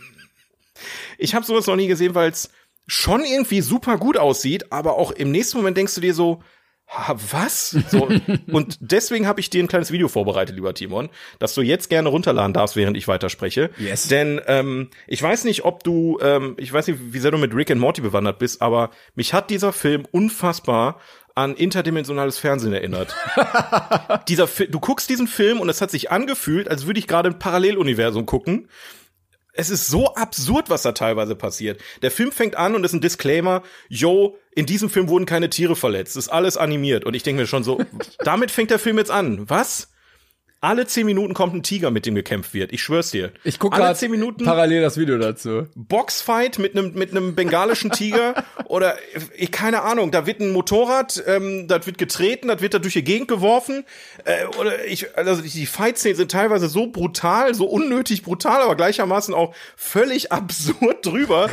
Ich habe sowas noch nie gesehen, weil es schon irgendwie super gut aussieht, aber auch im nächsten Moment denkst du dir so, ha, was? So, und deswegen habe ich dir ein kleines Video vorbereitet, lieber Timon, das du jetzt gerne runterladen darfst, während ich weiterspreche. Yes. Denn ähm, ich weiß nicht, ob du, ähm, ich weiß nicht, wie sehr du mit Rick and Morty bewandert bist, aber mich hat dieser Film unfassbar an interdimensionales Fernsehen erinnert. Dieser Fi- du guckst diesen Film und es hat sich angefühlt, als würde ich gerade ein Paralleluniversum gucken. Es ist so absurd, was da teilweise passiert. Der Film fängt an und ist ein Disclaimer, yo, in diesem Film wurden keine Tiere verletzt, ist alles animiert. Und ich denke mir schon so, damit fängt der Film jetzt an. Was? Alle zehn Minuten kommt ein Tiger, mit dem gekämpft wird. Ich schwör's dir. Ich gucke gerade parallel das Video dazu. Boxfight mit einem mit einem bengalischen Tiger oder ich keine Ahnung. Da wird ein Motorrad, ähm, das wird getreten, das wird da durch die Gegend geworfen. Äh, oder ich, also die Fight-Szenen sind teilweise so brutal, so unnötig brutal, aber gleichermaßen auch völlig absurd drüber.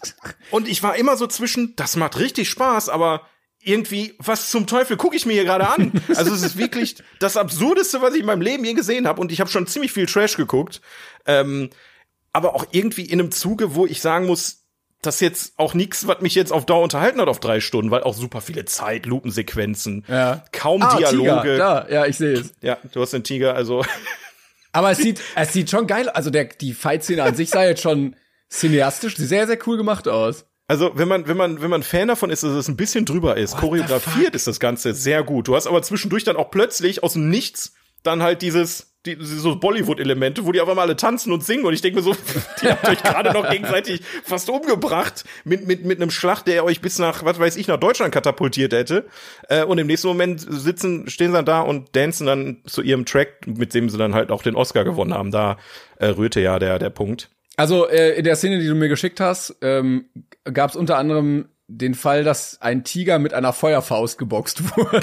Und ich war immer so zwischen, das macht richtig Spaß, aber irgendwie, was zum Teufel gucke ich mir hier gerade an? Also es ist wirklich das Absurdeste, was ich in meinem Leben je gesehen habe. Und ich habe schon ziemlich viel Trash geguckt. Ähm, aber auch irgendwie in einem Zuge, wo ich sagen muss, das ist jetzt auch nichts, was mich jetzt auf Dauer unterhalten hat auf drei Stunden, weil auch super viele Zeitlupensequenzen, ja. kaum ah, Dialoge. Tiger. Da, ja, ich sehe es. Ja, du hast den Tiger, also. Aber es sieht, es sieht schon geil, also der, die Fight-Szene an sich sah jetzt schon cineastisch sehr, sehr cool gemacht aus. Also, wenn man, wenn man, wenn man Fan davon ist, dass es ein bisschen drüber ist, What choreografiert ist das Ganze sehr gut. Du hast aber zwischendurch dann auch plötzlich aus dem Nichts dann halt dieses, die, so Bollywood-Elemente, wo die auf einmal alle tanzen und singen und ich denke mir so, die habt euch gerade noch gegenseitig fast umgebracht mit, mit, mit einem Schlag, der euch bis nach, was weiß ich, nach Deutschland katapultiert hätte. Äh, und im nächsten Moment sitzen, stehen sie dann da und dancen dann zu ihrem Track, mit dem sie dann halt auch den Oscar gewonnen haben. Da äh, rührte ja der, der Punkt. Also äh, in der Szene, die du mir geschickt hast, ähm, gab es unter anderem den Fall, dass ein Tiger mit einer Feuerfaust geboxt wurde.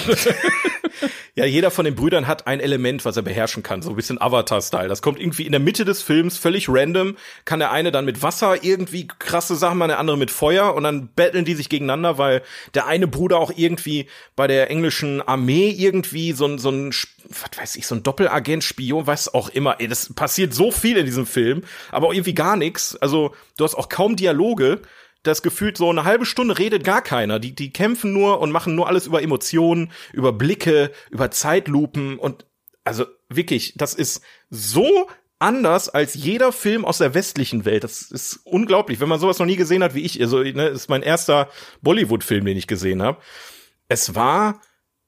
Ja, jeder von den Brüdern hat ein Element, was er beherrschen kann, so ein bisschen Avatar-Style. Das kommt irgendwie in der Mitte des Films, völlig random, kann der eine dann mit Wasser irgendwie krasse Sachen machen, der andere mit Feuer und dann battlen die sich gegeneinander, weil der eine Bruder auch irgendwie bei der englischen Armee irgendwie so ein, so ein, was weiß ich, so ein Doppelagent, Spion, was auch immer. Ey, das passiert so viel in diesem Film, aber auch irgendwie gar nichts. Also du hast auch kaum Dialoge. Das gefühlt so eine halbe Stunde redet gar keiner. Die, die kämpfen nur und machen nur alles über Emotionen, über Blicke, über Zeitlupen und also wirklich, das ist so anders als jeder Film aus der westlichen Welt. Das ist unglaublich, wenn man sowas noch nie gesehen hat wie ich. Also, ne, das ist mein erster Bollywood-Film, den ich gesehen habe. Es war,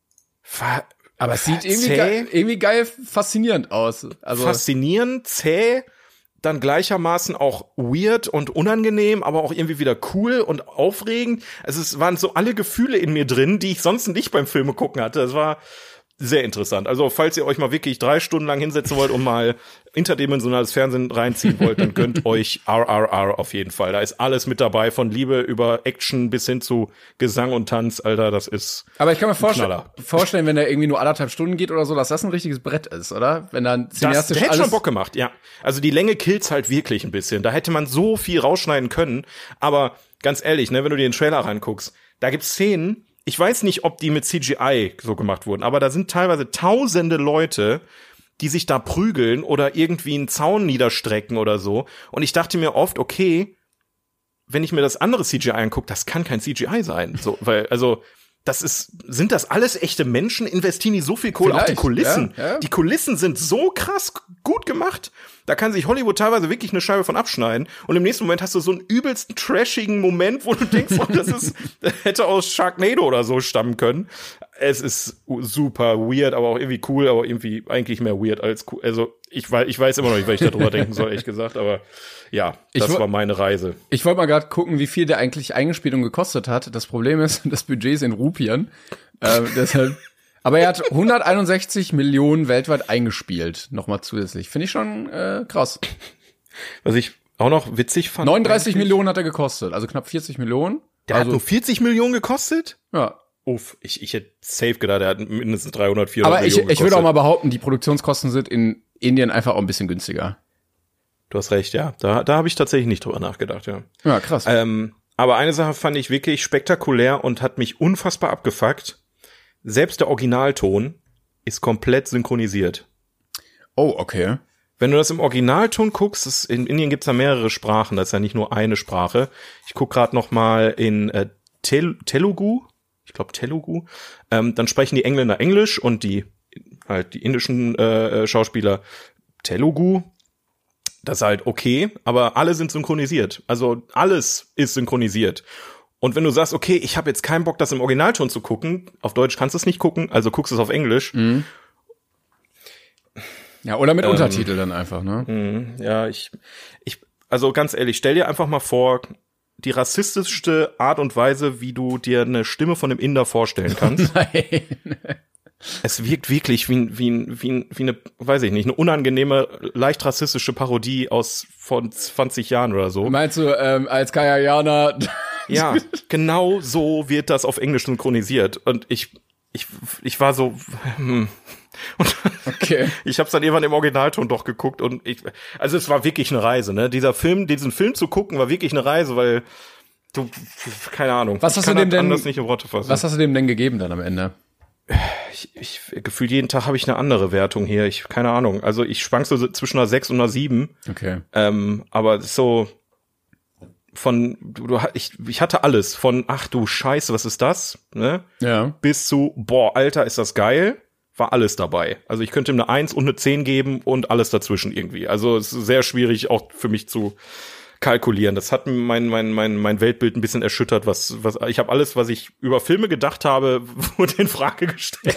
war aber es sieht irgendwie geil, irgendwie geil faszinierend aus. Also faszinierend, zäh. Dann gleichermaßen auch weird und unangenehm, aber auch irgendwie wieder cool und aufregend. Also es waren so alle Gefühle in mir drin, die ich sonst nicht beim Filme gucken hatte. Das war sehr interessant. Also falls ihr euch mal wirklich drei Stunden lang hinsetzen wollt und mal interdimensionales Fernsehen reinziehen wollt, dann gönnt euch R R R auf jeden Fall. Da ist alles mit dabei, von Liebe über Action bis hin zu Gesang und Tanz. Alter, das ist Aber ich kann mir vorstellen, vorstellen, wenn der irgendwie nur anderthalb Stunden geht oder so, dass das ein richtiges Brett ist, oder? Wenn dann cineastisch das, der hätte alles schon Bock gemacht, ja. Also die Länge killt's halt wirklich ein bisschen. Da hätte man so viel rausschneiden können. Aber ganz ehrlich, ne, wenn du dir den Trailer reinguckst, da gibt's Szenen, ich weiß nicht, ob die mit C G I so gemacht wurden, aber da sind teilweise tausende Leute, die sich da prügeln oder irgendwie einen Zaun niederstrecken oder so. Und ich dachte mir oft, okay, wenn ich mir das andere C G I angucke, das kann kein C G I sein. So, weil, also, das ist, sind das alles echte Menschen? Investieren die so viel Kohle auf die Kulissen? Ja, ja. Die Kulissen sind so krass gut gemacht. Da kann sich Hollywood teilweise wirklich eine Scheibe von abschneiden. Und im nächsten Moment hast du so einen übelst trashigen Moment, wo du denkst, oh, das ist, das hätte aus Sharknado oder so stammen können. Es ist super weird, aber auch irgendwie cool, aber irgendwie eigentlich mehr weird als cool. Also, ich weiß, ich weiß immer noch nicht, was ich darüber denken soll, ehrlich gesagt, aber ja, das ich war meine Reise. Ich wollte mal gerade gucken, wie viel der eigentlich eingespielt und gekostet hat. Das Problem ist, das Budget ist in Rupien. äh, deshalb, aber er hat hunderteinundsechzig Millionen weltweit eingespielt, nochmal zusätzlich. Finde ich schon äh, krass. Was ich auch noch witzig fand. neununddreißig Millionen hat er gekostet, also knapp vierzig Millionen. Der also, hat nur vierzig Millionen gekostet? Ja. uff, ich, ich hätte safe gedacht, er hat mindestens dreihundert, vierhundert Aber ich, Millionen ich würde gekostet. auch mal behaupten, die Produktionskosten sind in Indien einfach auch ein bisschen günstiger. Du hast recht, ja. Da, da habe ich tatsächlich nicht drüber nachgedacht, ja. Ja, krass. Ähm, aber eine Sache fand ich wirklich spektakulär und hat mich unfassbar abgefuckt. Selbst der Originalton ist komplett synchronisiert. Oh, okay. Wenn du das im Originalton guckst, das, in Indien gibt's ja mehrere Sprachen, das ist ja nicht nur eine Sprache. Ich guck gerade noch mal in äh, Tel- Telugu, ich glaube Telugu, ähm, dann sprechen die Engländer Englisch und die halt die indischen äh, Schauspieler Telugu. Das ist halt okay, aber alle sind synchronisiert. Also alles ist synchronisiert. Und wenn du sagst, okay, ich habe jetzt keinen Bock, das im Originalton zu gucken, auf Deutsch kannst du es nicht gucken, also guckst du es auf Englisch. Mhm. Ja, oder mit Ähm, Untertitel dann einfach, ne? mh, Ja, ich, ich, also ganz ehrlich, stell dir einfach mal vor, die rassistischste Art und Weise, wie du dir eine Stimme von einem Inder vorstellen kannst. Nein. Es wirkt wirklich wie, ein- wie, ein- wie, ein- wie eine, weiß ich nicht, eine unangenehme, leicht rassistische Parodie aus von zwanzig Jahren oder so. Meinst du, ähm, als Kajayana Ja, genau so wird das auf Englisch synchronisiert. Und ich, ich, ich war so, hm. Und Okay. ich habe dann irgendwann im Originalton doch geguckt und ich, also es war wirklich eine Reise, ne? Dieser Film, diesen Film zu gucken, war wirklich eine Reise, weil du, keine Ahnung. Was ich hast kann du dem das denn- anders nicht in Worte fassen. Was hast du dem denn gegeben dann am Ende? Ich, ich gefühlt jeden Tag habe ich eine andere Wertung hier. Ich keine Ahnung. Also ich schwank so zwischen einer sechs und einer sieben. Okay. Ähm, aber so von du, du ich ich hatte alles von ach du Scheiße, was ist das, ne? Ja. Bis zu boah, Alter, ist das geil. War alles dabei. Also ich könnte ihm eine eins und eine zehn geben und alles dazwischen irgendwie. Also es ist sehr schwierig auch für mich zu kalkulieren. Das hat mein mein mein mein Weltbild ein bisschen erschüttert, was was ich habe alles, was ich über Filme gedacht habe, wurde in Frage gestellt.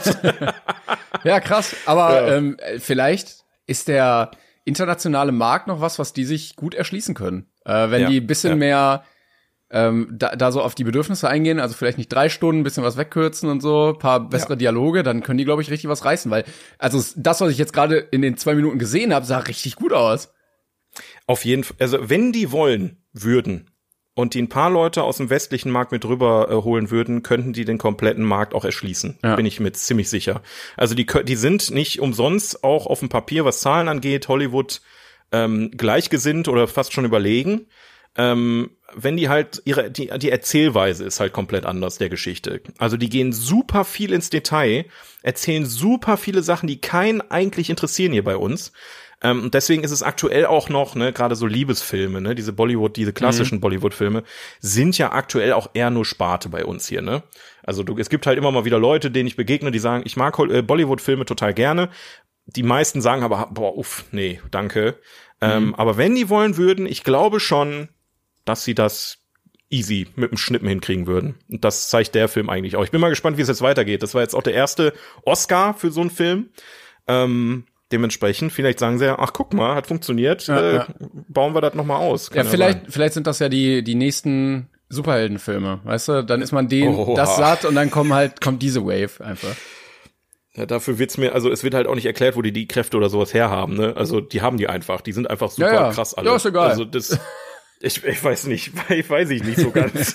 Ja, krass. Aber Ja. ähm, vielleicht ist der internationale Markt noch was, was die sich gut erschließen können. Äh, wenn Ja, die ein bisschen ja. mehr ähm, da, da so auf die Bedürfnisse eingehen, also vielleicht nicht drei Stunden, ein bisschen was wegkürzen und so, paar bessere Ja. Dialoge, dann können die, glaube ich, richtig was reißen. Weil, also das, was ich jetzt gerade in den zwei Minuten gesehen habe, sah richtig gut aus. Auf jeden Fall, also wenn die wollen würden und die ein paar Leute aus dem westlichen Markt mit rüber äh, holen würden, könnten die den kompletten Markt auch erschließen. Ja. Bin ich mir ziemlich sicher. Also die kö- die sind nicht umsonst auch auf dem Papier, was Zahlen angeht, Hollywood ähm, gleichgesinnt oder fast schon überlegen. Ähm, wenn die halt ihre die die Erzählweise ist halt komplett anders der Geschichte. Also die gehen super viel ins Detail, erzählen super viele Sachen, die keinen eigentlich interessieren hier bei uns. Ähm, und deswegen ist es aktuell auch noch, ne, gerade so Liebesfilme, ne, diese Bollywood, diese klassischen Mhm. Bollywood-Filme sind ja aktuell auch eher nur Sparte bei uns hier, ne. Also du, es gibt halt immer mal wieder Leute, denen ich begegne, die sagen, ich mag äh, Bollywood-Filme total gerne. Die meisten sagen aber, boah, uff, nee, danke. Mhm. Ähm, aber wenn die wollen würden, ich glaube schon, dass sie das easy mit dem Schnippen hinkriegen würden. Und das zeigt der Film eigentlich auch. Ich bin mal gespannt, wie es jetzt weitergeht. Das war jetzt auch der erste Oscar für so einen Film. Ähm, dementsprechend, vielleicht sagen sie ja, ach guck mal, hat funktioniert, Ja, äh, ja. bauen wir das nochmal aus. Ja, Kann vielleicht, sein. vielleicht sind das ja die, die nächsten Superheldenfilme, weißt du? Dann ist man den, Oha. das satt und dann kommen halt, kommt diese Wave einfach. Ja, dafür wird's mir, also es wird halt auch nicht erklärt, wo die die Kräfte oder sowas herhaben, ne? Also die haben die einfach, die sind einfach super Ja, ja. krass alle. Ja, ist egal. Also das, ich, ich weiß nicht, ich weiß ich nicht so ganz.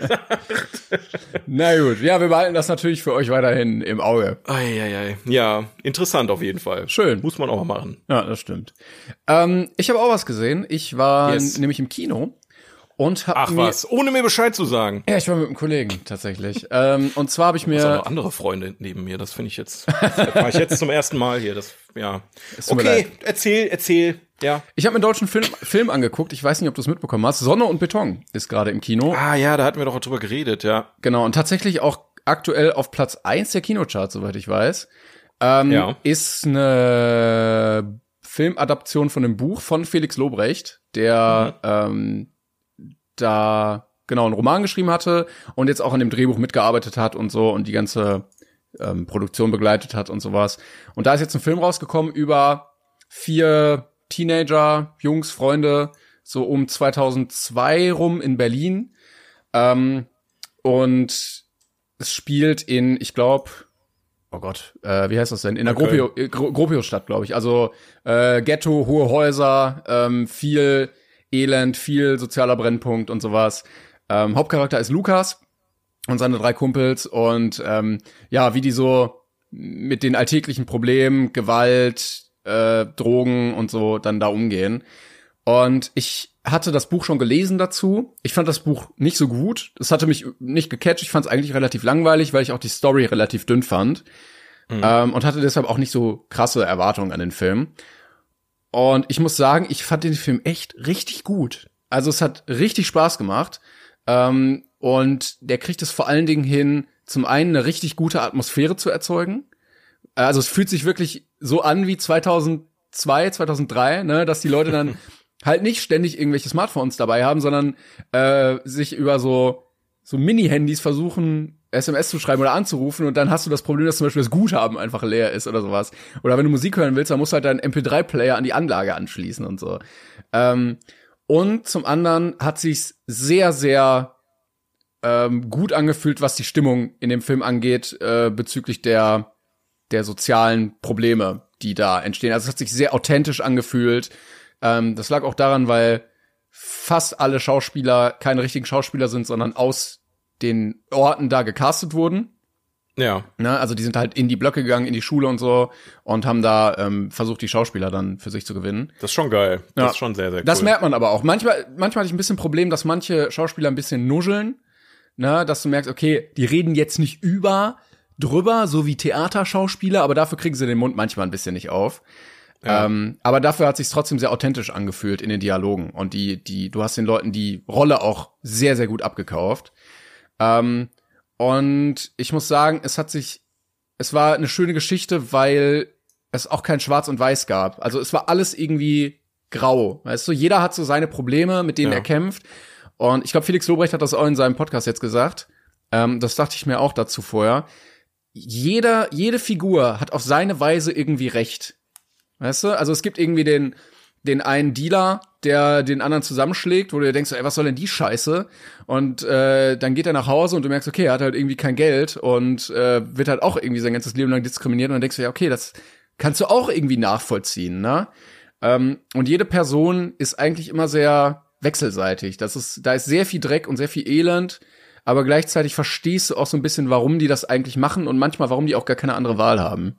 Na gut, ja, wir behalten das natürlich für euch weiterhin im Auge. Eieiei. Ja, interessant auf jeden Fall. Schön. Muss man auch mal machen. Ja, das stimmt. Ähm, ich habe auch was gesehen. Ich war Yes. nämlich im Kino und hab Ach mir, was, ohne mir Bescheid zu sagen. Ja, ich war mit einem Kollegen tatsächlich. ähm, und zwar habe ich Das sind mir noch andere Freunde neben mir, das finde ich jetzt, das mache ich jetzt zum ersten Mal hier, das, ja. Es tut mir Okay, leid. erzähl, erzähl, ja. Ich habe mir einen deutschen Film, Film angeguckt. Ich weiß nicht, ob du es mitbekommen hast. Sonne und Beton ist gerade im Kino. Ah ja, da hatten wir doch drüber geredet, ja. Genau, und tatsächlich auch aktuell auf Platz eins der Kinocharts, soweit ich weiß. Ähm, Ja. Ist eine Filmadaption von einem Buch von Felix Lobrecht, der ähm, da genau einen Roman geschrieben hatte und jetzt auch an dem Drehbuch mitgearbeitet hat und so und die ganze ähm, Produktion begleitet hat und sowas. Und da ist jetzt ein Film rausgekommen über vier Teenager, Jungs, Freunde, so um zweitausendzwei rum in Berlin. Ähm, und es spielt in, ich glaube, oh Gott, äh, wie heißt das denn? In der Okay. Gropio, äh, Gro- Gropiusstadt, glaube ich. Also äh, Ghetto, hohe Häuser, ähm, viel Elend, viel sozialer Brennpunkt und sowas. Ähm, Hauptcharakter ist Lukas und seine drei Kumpels und ähm, ja, wie die so mit den alltäglichen Problemen, Gewalt, äh, Drogen und so dann da umgehen. Und ich hatte das Buch schon gelesen dazu. Ich fand das Buch nicht so gut. Es hatte mich nicht gecatcht. Ich fand es eigentlich relativ langweilig, weil ich auch die Story relativ dünn fand. Mhm. Ähm, und hatte deshalb auch nicht so krasse Erwartungen an den Film. Und ich muss sagen, ich fand den Film echt richtig gut. Also es hat richtig Spaß gemacht. Ähm, und der kriegt es vor allen Dingen hin, zum einen eine richtig gute Atmosphäre zu erzeugen. Also es fühlt sich wirklich so an wie zweitausendzwei, zweitausenddrei, ne, dass die Leute dann halt nicht ständig irgendwelche Smartphones dabei haben, sondern äh, sich über so so Mini-Handys versuchen, S M S zu schreiben oder anzurufen und dann hast du das Problem, dass zum Beispiel das Guthaben einfach leer ist oder sowas. Oder wenn du Musik hören willst, dann musst du halt deinen M P drei Player an die Anlage anschließen und so. Ähm, und zum anderen hat sich's sehr, sehr ähm, gut angefühlt, was die Stimmung in dem Film angeht, äh, bezüglich der der sozialen Probleme, die da entstehen. Also es hat sich sehr authentisch angefühlt. Ähm, das lag auch daran, weil fast alle Schauspieler keine richtigen Schauspieler sind, sondern aus den Orten da gecastet wurden. Ja. Ne, also die sind halt in die Blöcke gegangen, in die Schule und so und haben da ähm, versucht, die Schauspieler dann für sich zu gewinnen. Das ist schon geil. Das ja. ist schon sehr, sehr cool. Das merkt man aber auch. Manchmal, manchmal hatte ich ein bisschen Problem, dass manche Schauspieler ein bisschen nuscheln. Ne, dass du merkst, okay, die reden jetzt nicht über, drüber, so wie Theaterschauspieler, aber dafür kriegen sie den Mund manchmal ein bisschen nicht auf. Ja. Ähm, aber dafür hat sich's trotzdem sehr authentisch angefühlt in den Dialogen. Und die, die, du hast den Leuten die Rolle auch sehr, sehr gut abgekauft. Ähm, und ich muss sagen, es hat sich, es war eine schöne Geschichte, weil es auch kein Schwarz und Weiß gab. Also es war alles irgendwie grau. Weißt du, jeder hat so seine Probleme, mit denen ja. er kämpft. Und ich glaube, Felix Lobrecht hat das auch in seinem Podcast jetzt gesagt. Ähm, das dachte ich mir auch dazu vorher. Jeder, jede Figur hat auf seine Weise irgendwie recht. Weißt du? Also es gibt irgendwie den, den einen Dealer, der den anderen zusammenschlägt, wo du dir denkst, ey, was soll denn die Scheiße? Und äh, dann geht er nach Hause und du merkst, okay, er hat halt irgendwie kein Geld und äh, wird halt auch irgendwie sein ganzes Leben lang diskriminiert. Und dann denkst du, ja, okay, das kannst du auch irgendwie nachvollziehen, ne? Ähm, und jede Person ist eigentlich immer sehr wechselseitig. Das ist, da ist sehr viel Dreck und sehr viel Elend, aber gleichzeitig verstehst du auch so ein bisschen, warum die das eigentlich machen und manchmal, warum die auch gar keine andere Wahl haben.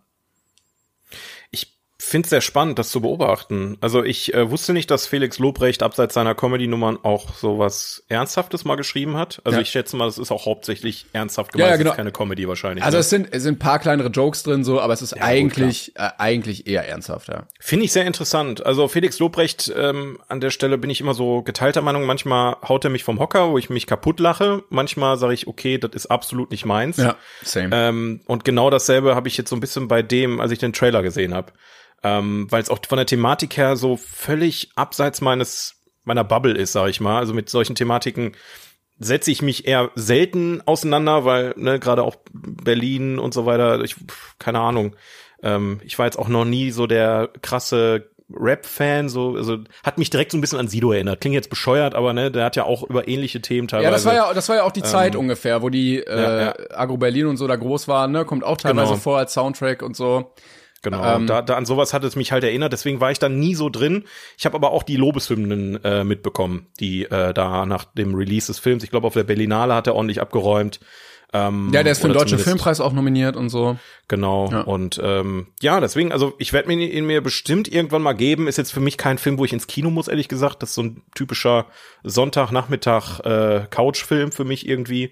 Ich finde es sehr spannend, das zu beobachten. Also ich äh, wusste nicht, dass Felix Lobrecht abseits seiner Comedy-Nummern auch sowas Ernsthaftes mal geschrieben hat. Also ja. ich schätze mal, das ist auch hauptsächlich ernsthaft gemeint, ja, ja, genau. Das ist keine Comedy wahrscheinlich. Also ne? es sind es sind ein paar kleinere Jokes drin so, aber es ist ja, eigentlich gut, äh, eigentlich eher ernsthaft, ja. Finde ich sehr interessant. Also Felix Lobrecht, ähm, an der Stelle bin ich immer so geteilter Meinung. Manchmal haut er mich vom Hocker, wo ich mich kaputt lache. Manchmal sage ich, okay, das ist absolut nicht meins. Ja, same. Ähm, und genau dasselbe habe ich jetzt so ein bisschen bei dem, als ich den Trailer gesehen habe. Ähm, weil es auch von der Thematik her so völlig abseits meines meiner Bubble ist, sag ich mal. Also mit solchen Thematiken setze ich mich eher selten auseinander, weil ne, gerade auch Berlin und so weiter, ich keine Ahnung. Ähm, ich war jetzt auch noch nie so der krasse Rap-Fan, so, also hat mich direkt so ein bisschen an Sido erinnert. Klingt jetzt bescheuert, aber ne, der hat ja auch über ähnliche Themen teilweise. Ja, das war ja, das war ja auch die Zeit ähm, ungefähr, wo die äh, ja, ja. Agro Berlin und so da groß waren, ne, kommt auch teilweise Genau. vor als Soundtrack und so. Genau, Ähm, da, da an sowas hat es mich halt erinnert, deswegen war ich da nie so drin. Ich habe aber auch die Lobeshymnen äh, mitbekommen, die äh, da nach dem Release des Films, ich glaube auf der Berlinale hat er ordentlich abgeräumt. Ähm, ja, der ist für den Deutschen zumindest- Filmpreis auch nominiert und so. Genau, Ja. und ähm, ja, deswegen, also ich werde mir ihn mir bestimmt irgendwann mal geben. Ist jetzt für mich kein Film, wo ich ins Kino muss, ehrlich gesagt. Das ist so ein typischer Sonntagnachmittag äh, Couchfilm für mich irgendwie.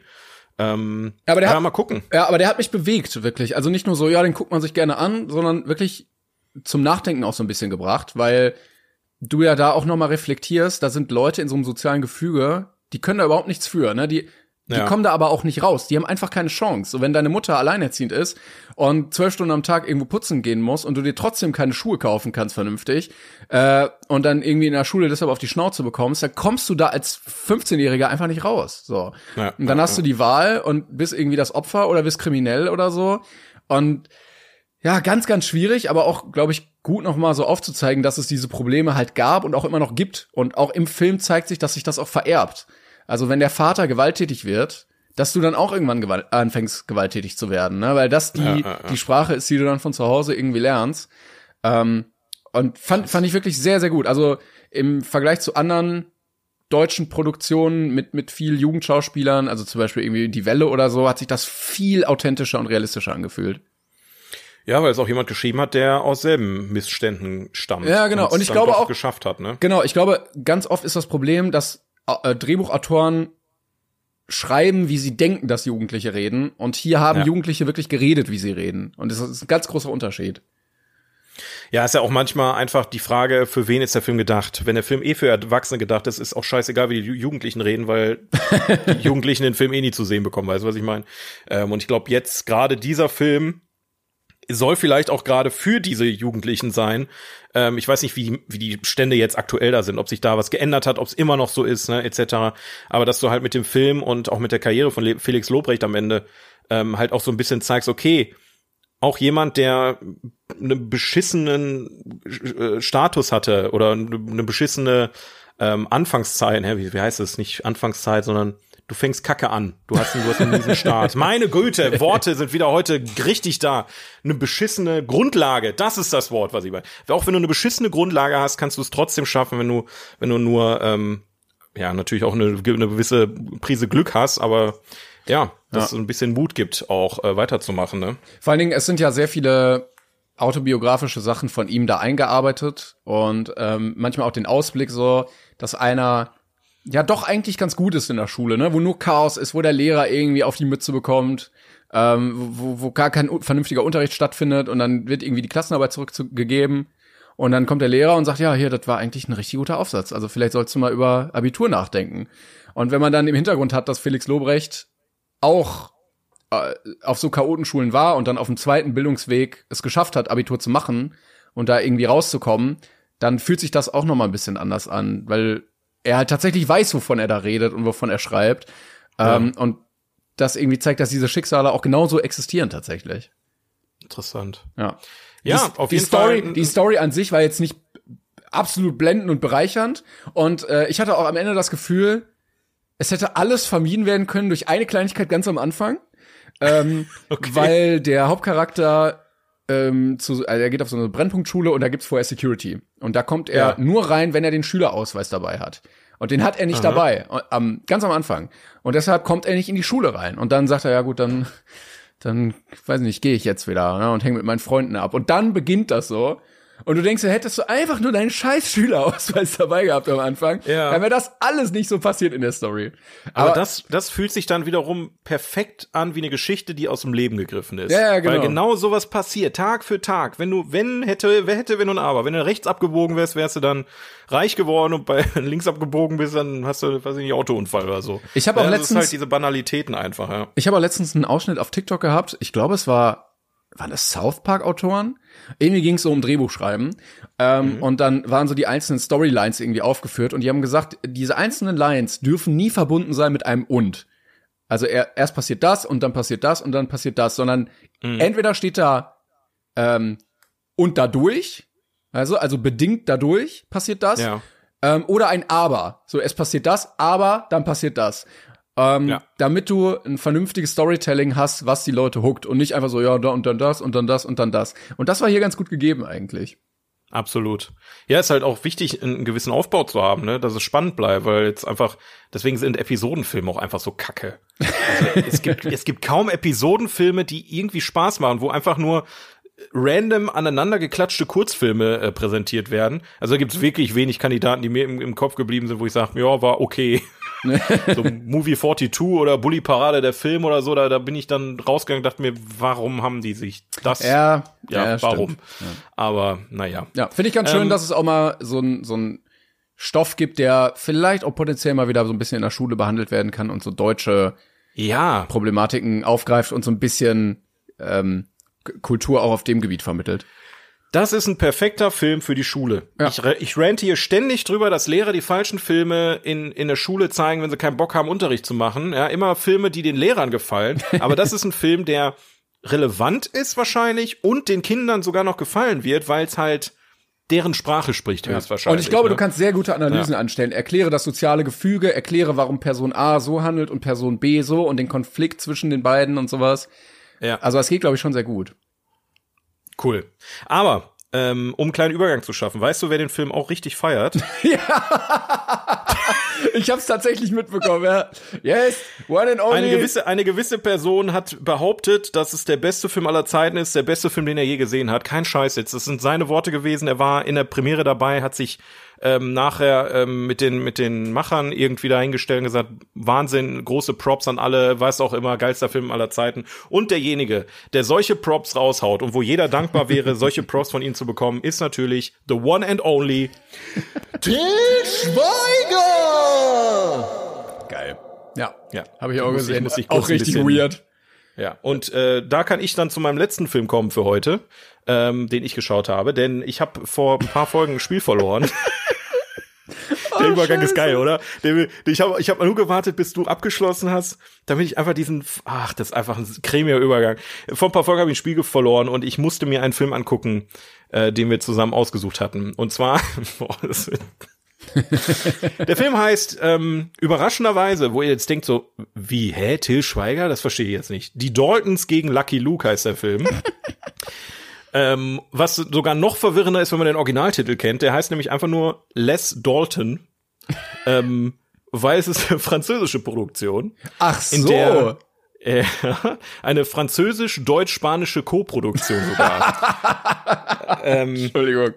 Ähm, Ja, aber der ja, hat- mal gucken. Ja, aber der hat mich bewegt, wirklich. Also nicht nur so, ja, den guckt man sich gerne an, sondern wirklich zum Nachdenken auch so ein bisschen gebracht, weil du ja da auch nochmal reflektierst, da sind Leute in so einem sozialen Gefüge, die können da überhaupt nichts für, ne? Die, die Ja. kommen da aber auch nicht raus. Die haben einfach keine Chance. So, wenn deine Mutter alleinerziehend ist und zwölf Stunden am Tag irgendwo putzen gehen muss und du dir trotzdem keine Schuhe kaufen kannst vernünftig äh, und dann irgendwie in der Schule deshalb auf die Schnauze bekommst, dann kommst du da als fünfzehnjähriger einfach nicht raus. So. Ja, und dann ja, hast du die Wahl und bist irgendwie das Opfer oder bist kriminell oder so. Und ja, ganz, ganz schwierig, aber auch, glaube ich, gut noch mal so aufzuzeigen, dass es diese Probleme halt gab und auch immer noch gibt. Und auch im Film zeigt sich, dass sich das auch vererbt. Also wenn der Vater gewalttätig wird, dass du dann auch irgendwann gewalt- anfängst, gewalttätig zu werden, ne? Weil das die, Ja, ja, ja. die Sprache ist, die du dann von zu Hause irgendwie lernst. Ähm, und fand, fand ich wirklich sehr, sehr gut. Also im Vergleich zu anderen deutschen Produktionen mit mit viel Jugendschauspielern, also zum Beispiel irgendwie Die Welle oder so, hat sich das viel authentischer und realistischer angefühlt. Ja, weil es auch jemand geschrieben hat, der aus selben Missständen stammt. Ja, genau. Und ich glaube auch geschafft hat, ne? Genau, ich glaube, ganz oft ist das Problem, dass äh, Drehbuchautoren schreiben, wie sie denken, dass Jugendliche reden. Und hier haben ja. Jugendliche wirklich geredet, wie sie reden. Und das ist ein ganz großer Unterschied. Ja, ist ja auch manchmal einfach die Frage, für wen ist der Film gedacht? Wenn der Film eh für Erwachsene gedacht ist, ist auch scheißegal, wie die Jugendlichen reden, weil die Jugendlichen den Film eh nie zu sehen bekommen, weißt du, was ich meine? Ähm, und ich glaube, jetzt gerade dieser Film soll vielleicht auch gerade für diese Jugendlichen sein. Ähm, ich weiß nicht, wie, wie die Stände jetzt aktuell da sind, ob sich da was geändert hat, ob es immer noch so ist, ne, et cetera. Aber dass du halt mit dem Film und auch mit der Karriere von Le- Felix Lobrecht am Ende ähm, halt auch so ein bisschen zeigst, okay, auch jemand, der einen beschissenen äh, Status hatte oder eine beschissene ähm, Anfangszeit, hä, wie, wie heißt es? Nicht Anfangszeit, sondern du fängst Kacke an. Du hast einen, du hast einen miesen Start. Meine Güte, Worte sind wieder heute richtig da. Eine beschissene Grundlage, das ist das Wort, was ich meine. Auch wenn du eine beschissene Grundlage hast, kannst du es trotzdem schaffen, wenn du wenn du nur, ähm, ja, natürlich auch eine, eine gewisse Prise Glück hast, aber ja, dass es ja. ein bisschen Mut gibt, auch äh, weiterzumachen, ne? Vor allen Dingen, es sind ja sehr viele autobiografische Sachen von ihm da eingearbeitet und ähm, manchmal auch den Ausblick so, dass einer ja doch eigentlich ganz gut ist in der Schule, ne, wo nur Chaos ist, wo der Lehrer irgendwie auf die Mütze bekommt, ähm, wo, wo gar kein vernünftiger Unterricht stattfindet und dann wird irgendwie die Klassenarbeit zurückgegeben und dann kommt der Lehrer und sagt, ja, hier, das war eigentlich ein richtig guter Aufsatz, also vielleicht sollst du mal über Abitur nachdenken. Und wenn man dann im Hintergrund hat, dass Felix Lobrecht auch äh, auf so Chaotenschulen war und dann auf dem zweiten Bildungsweg es geschafft hat, Abitur zu machen und da irgendwie rauszukommen, dann fühlt sich das auch noch mal ein bisschen anders an, weil er halt tatsächlich weiß, wovon er da redet und wovon er schreibt. Ja. Ähm, und das irgendwie zeigt, dass diese Schicksale auch genauso existieren tatsächlich. Interessant. Ja. Ja, die, auf die jeden Story, Fall. Die Story an sich war jetzt nicht absolut blendend und bereichernd. Und äh, ich hatte auch am Ende das Gefühl, es hätte alles vermieden werden können durch eine Kleinigkeit ganz am Anfang. Ähm, okay. Weil der Hauptcharakter Ähm, zu, also er geht auf so eine Brennpunktschule und da gibt's vorher Security. Und da kommt er ja. nur rein, wenn er den Schülerausweis dabei hat. Und den hat er nicht Aha. dabei, am, ganz am Anfang. Und deshalb kommt er nicht in die Schule rein. Und dann sagt er, ja gut, dann, dann, weiß nicht, gehe ich jetzt wieder, ne, und hänge mit meinen Freunden ab. Und dann beginnt das so. Und du denkst, hättest du einfach nur deinen scheiß Schülerausweis dabei gehabt am Anfang, ja. dann wäre das alles nicht so passiert in der Story. Aber, Aber das, das fühlt sich dann wiederum perfekt an wie eine Geschichte, die aus dem Leben gegriffen ist. Ja, ja, genau. Weil genau sowas passiert, Tag für Tag. Wenn du, wenn hätte, wer hätte, wenn und aber. Wenn du rechts abgebogen wärst, wärst du dann reich geworden und bei links abgebogen bist, dann hast du, weiß ich nicht, Autounfall oder so. Ich habe auch ja, letztens das ist halt diese Banalitäten einfach, ja. Ich habe auch letztens einen Ausschnitt auf TikTok gehabt. Ich glaube, es war waren das South Park-Autoren? Irgendwie ging es so um Drehbuchschreiben. Ähm, mhm. Und dann waren so die einzelnen Storylines irgendwie aufgeführt. Und die haben gesagt, diese einzelnen Lines dürfen nie verbunden sein mit einem Und. Also er, erst passiert das und dann passiert das und dann passiert das. Sondern mhm. entweder steht da ähm, und dadurch, also, also bedingt dadurch passiert das. Ja. Ähm, oder ein Aber. So, es passiert das, aber dann passiert das. Ähm, ja. Damit du ein vernünftiges Storytelling hast, was die Leute hookt und nicht einfach so, ja, da und dann das und dann das und dann das. Und das war hier ganz gut gegeben eigentlich. Absolut. Ja, ist halt auch wichtig, einen gewissen Aufbau zu haben, ne, dass es spannend bleibt, weil jetzt einfach, deswegen sind Episodenfilme auch einfach so kacke. Also, es gibt, es gibt kaum Episodenfilme, die irgendwie Spaß machen, wo einfach nur random aneinander geklatschte Kurzfilme äh, präsentiert werden. Also da gibt's wirklich wenig Kandidaten, die mir im, im Kopf geblieben sind, wo ich sage, ja, war okay. So Movie zweiundvierzig oder Bully Parade, der Film oder so, da, da bin ich dann rausgegangen und dachte mir, warum haben die sich das? Ja, ja, ja warum? Ja. Aber naja. Ja, finde ich ganz schön, ähm, dass es auch mal so ein so ein Stoff gibt, der vielleicht auch potenziell mal wieder so ein bisschen in der Schule behandelt werden kann und so deutsche ja. Problematiken aufgreift und so ein bisschen ähm, Kultur auch auf dem Gebiet vermittelt. Das ist ein perfekter Film für die Schule. Ja. Ich, ich rante hier ständig drüber, dass Lehrer die falschen Filme in, in der Schule zeigen, wenn sie keinen Bock haben, Unterricht zu machen. Ja, immer Filme, die den Lehrern gefallen. Aber das ist ein Film, der relevant ist wahrscheinlich und den Kindern sogar noch gefallen wird, weil es halt deren Sprache spricht, höchstwahrscheinlich. Und ich glaube, ne? du kannst sehr gute Analysen ja. anstellen. Erkläre das soziale Gefüge, erkläre, warum Person A so handelt und Person B so und den Konflikt zwischen den beiden und sowas. Ja. Also es geht, glaube ich, schon sehr gut. Cool. Aber, ähm, um einen kleinen Übergang zu schaffen, weißt du, wer den Film auch richtig feiert? Ja. Ich hab's tatsächlich mitbekommen, ja. Yes, one and only. Eine gewisse, eine gewisse Person hat behauptet, dass es der beste Film aller Zeiten ist, der beste Film, den er je gesehen hat. Kein Scheiß jetzt. Das sind seine Worte gewesen. Er war in der Premiere dabei, hat sich ähm, nachher ähm, mit den mit den Machern irgendwie dahingestellt und gesagt, Wahnsinn, große Props an alle, weiß auch immer, geilster Film aller Zeiten. Und derjenige, der solche Props raushaut und wo jeder dankbar wäre, solche Props von ihm zu bekommen, ist natürlich the one and only Til Schweiger! Geil. Ja, ja, habe ich auch muss, gesehen. Ich, muss ich kurz auch richtig ein bisschen, weird. Ja, und äh, da kann ich dann zu meinem letzten Film kommen für heute, ähm, den ich geschaut habe, denn ich habe vor ein paar Folgen ein Spiel verloren. Der oh, Übergang Scheiße. Ist geil, oder? Der, ich habe ich hab nur gewartet, bis du abgeschlossen hast, damit ich einfach diesen, ach, das ist einfach ein cremiger Übergang. Vor ein paar Folgen habe ich ein Spiel verloren und ich musste mir einen Film angucken, äh, den wir zusammen ausgesucht hatten. Und zwar, boah, das der Film heißt, ähm, überraschenderweise, wo ihr jetzt denkt so, wie, hä, Til Schweiger? Das verstehe ich jetzt nicht. Die Daltons gegen Lucky Luke heißt der Film. ähm, was sogar noch verwirrender ist, wenn man den Originaltitel kennt. Der heißt nämlich einfach nur Les Dalton. ähm, weil es ist eine französische Produktion. Ach so. In der, äh, eine französisch-deutsch-spanische Co-Produktion sogar. ähm, Entschuldigung.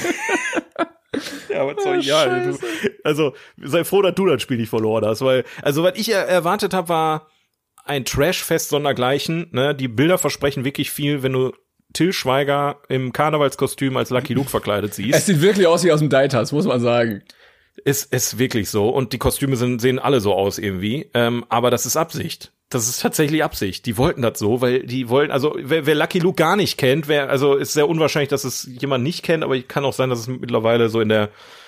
Ja, was soll ich, ja, du, also sei froh, dass du das Spiel nicht verloren hast, weil, also was ich er erwartet habe, war ein Trash-Fest sondergleichen, ne, die Bilder versprechen wirklich viel, wenn du Til Schweiger im Karnevalskostüm als Lucky Luke verkleidet siehst. Es sieht wirklich aus wie aus dem Deitas, muss man sagen. Ist, ist wirklich so und die Kostüme sind, sehen alle so aus irgendwie, ähm, aber das ist Absicht. Das ist tatsächlich Absicht. Die wollten das so, weil die wollten, also wer, wer Lucky Luke gar nicht kennt, wer, also ist sehr unwahrscheinlich, dass es jemand nicht kennt, aber kann auch sein, dass es mittlerweile so in der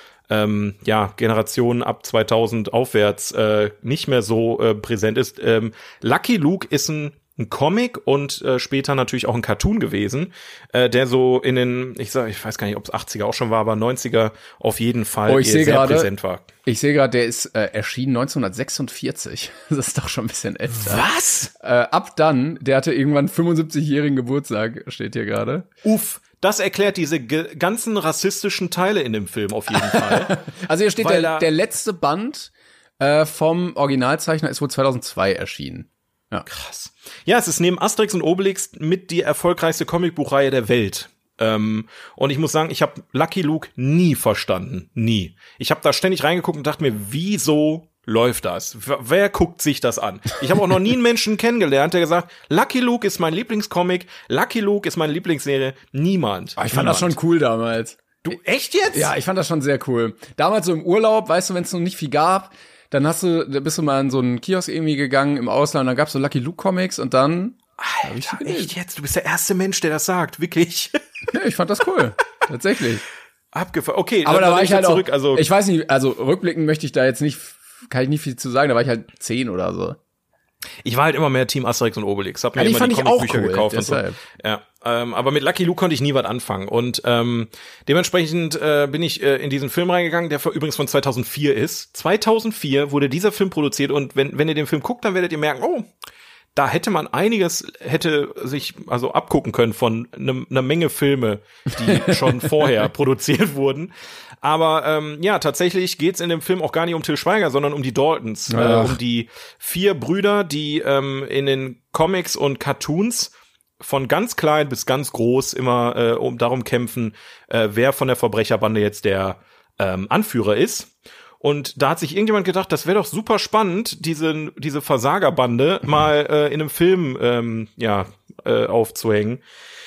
ähm, ja Generation ab zweitausend aufwärts äh, nicht mehr so äh, präsent ist. Ähm, Lucky Luke ist ein ein Comic und äh, später natürlich auch ein Cartoon gewesen, äh, der so in den, ich sag, ich weiß gar nicht, ob es achtziger auch schon war, aber neunziger auf jeden Fall oh, ich sehr grade, präsent war. Ich sehe gerade, der ist äh, erschienen neunzehnhundertsechsundvierzig. Das ist doch schon ein bisschen älter. Was? Äh, ab dann, der hatte irgendwann fünfundsiebzigjährigen Geburtstag, steht hier gerade. Uff. Das erklärt diese ge- ganzen rassistischen Teile in dem Film auf jeden Fall. Also hier steht, Weil der, der letzte Band äh, vom Originalzeichner ist wohl zweitausendzwei erschienen. Ja. Krass. Ja, es ist neben Asterix und Obelix mit die erfolgreichste Comicbuchreihe der Welt. Ähm, und ich muss sagen, ich habe Lucky Luke nie verstanden. Nie. Ich habe da ständig reingeguckt und dachte mir, wieso läuft das? W- wer guckt sich das an? Ich habe auch noch nie einen Menschen kennengelernt, der gesagt, Lucky Luke ist mein Lieblingscomic, Lucky Luke ist meine Lieblingsserie. Niemand. Aber ich fand Niemand. das schon cool damals. Du, echt jetzt? Ja, ich fand das schon sehr cool. Damals so im Urlaub, weißt du, wenn es noch nicht viel gab, dann hast du, da bist du mal in so einen Kiosk irgendwie gegangen im Ausland, dann gab's so Lucky Luke Comics und dann Alter, echt jetzt? Du bist der erste Mensch, der das sagt, wirklich. Ja, ich fand das cool. Tatsächlich. Abgefahren. Okay, aber dann, da war ich halt zurück. auch, also ich weiß nicht, also rückblickend möchte ich da jetzt nicht, kann ich nicht viel zu sagen, da war ich halt zehn oder so. Ich war halt immer mehr Team Asterix und Obelix. Hab mir ja, die immer fand die ich auch Comicbücher cool, gekauft deshalb. und so. Ja, ähm, aber mit Lucky Luke konnte ich nie was anfangen und ähm, dementsprechend äh, bin ich äh, in diesen Film reingegangen, der übrigens von zweitausendvier ist. zweitausendvier wurde dieser Film produziert und wenn wenn ihr den Film guckt, dann werdet ihr merken, oh, da hätte man einiges hätte sich also abgucken können von einer ne Menge Filme, die schon vorher produziert wurden. Aber ähm, ja, tatsächlich geht's in dem Film auch gar nicht um Til Schweiger, sondern um die Daltons, äh, um die vier Brüder, die ähm, in den Comics und Cartoons von ganz klein bis ganz groß immer äh, um darum kämpfen, äh, wer von der Verbrecherbande jetzt der ähm, Anführer ist. Und da hat sich irgendjemand gedacht, das wäre doch super spannend, diese diese Versagerbande mal äh, in einem Film ähm, ja äh, aufzuhängen.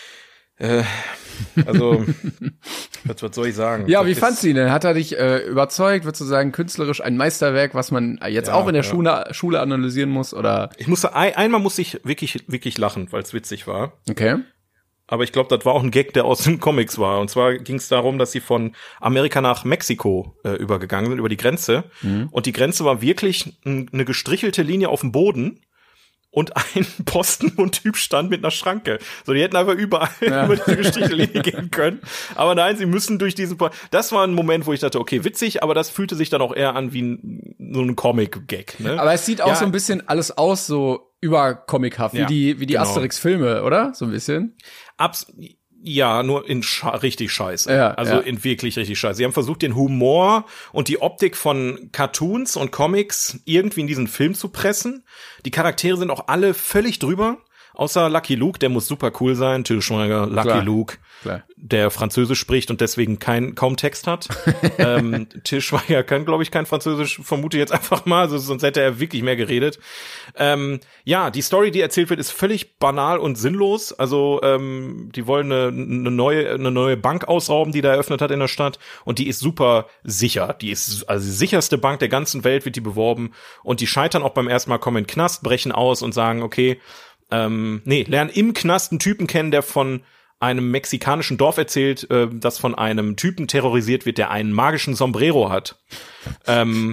Äh, also, was, was soll ich sagen? Ja, das wie fandst du ihn denn? Hat er dich äh, überzeugt? Würdest du sagen, künstlerisch ein Meisterwerk, was man jetzt ja, auch in der ja. Schule, Schule analysieren muss? Oder? Ich musste ein, einmal musste ich wirklich wirklich lachen, weil es witzig war. Okay. Aber ich glaube, das war auch ein Gag, der aus den Comics war. Und zwar ging es darum, dass sie von Amerika nach Mexiko äh, übergegangen sind, über die Grenze. Mhm. Und die Grenze war wirklich n- eine gestrichelte Linie auf dem Boden. Und ein Posten und Typ stand mit einer Schranke. So, die hätten einfach überall ja. über diese gestrichelte Linie gehen können. Aber nein, sie müssen durch diesen po- Das war ein Moment, wo ich dachte, okay, witzig, aber das fühlte sich dann auch eher an wie ein, so ein Comic-Gag. Ne? Aber es sieht auch ja. so ein bisschen alles aus, so übercomichaft, Ja, wie die, wie die genau. Asterix-Filme, oder? So ein bisschen. Abs- Ja, nur in Scha- richtig scheiße. Ja, also ja. in wirklich richtig scheiße. Sie haben versucht, den Humor und die Optik von Cartoons und Comics irgendwie in diesen Film zu pressen. Die Charaktere sind auch alle völlig drüber. Außer Lucky Luke, der muss super cool sein. Til Schweiger, Lucky Klar. Luke, Klar. der Französisch spricht und deswegen kein kaum Text hat. ähm, Til Schweiger kann, glaube ich, kein Französisch, vermute jetzt einfach mal, also sonst hätte er wirklich mehr geredet. Ähm, ja, die Story, die erzählt wird, ist völlig banal und sinnlos. Also ähm, die wollen eine, eine neue eine neue Bank ausrauben, die da eröffnet hat in der Stadt, und die ist super sicher. Die ist also die sicherste Bank der ganzen Welt, wird die beworben, und die scheitern auch beim ersten Mal, kommen in den Knast, brechen aus und sagen, okay, Ähm, nee, lernen im Knast einen Typen kennen, der von einem mexikanischen Dorf erzählt, äh, das von einem Typen terrorisiert wird, der einen magischen Sombrero hat. ähm,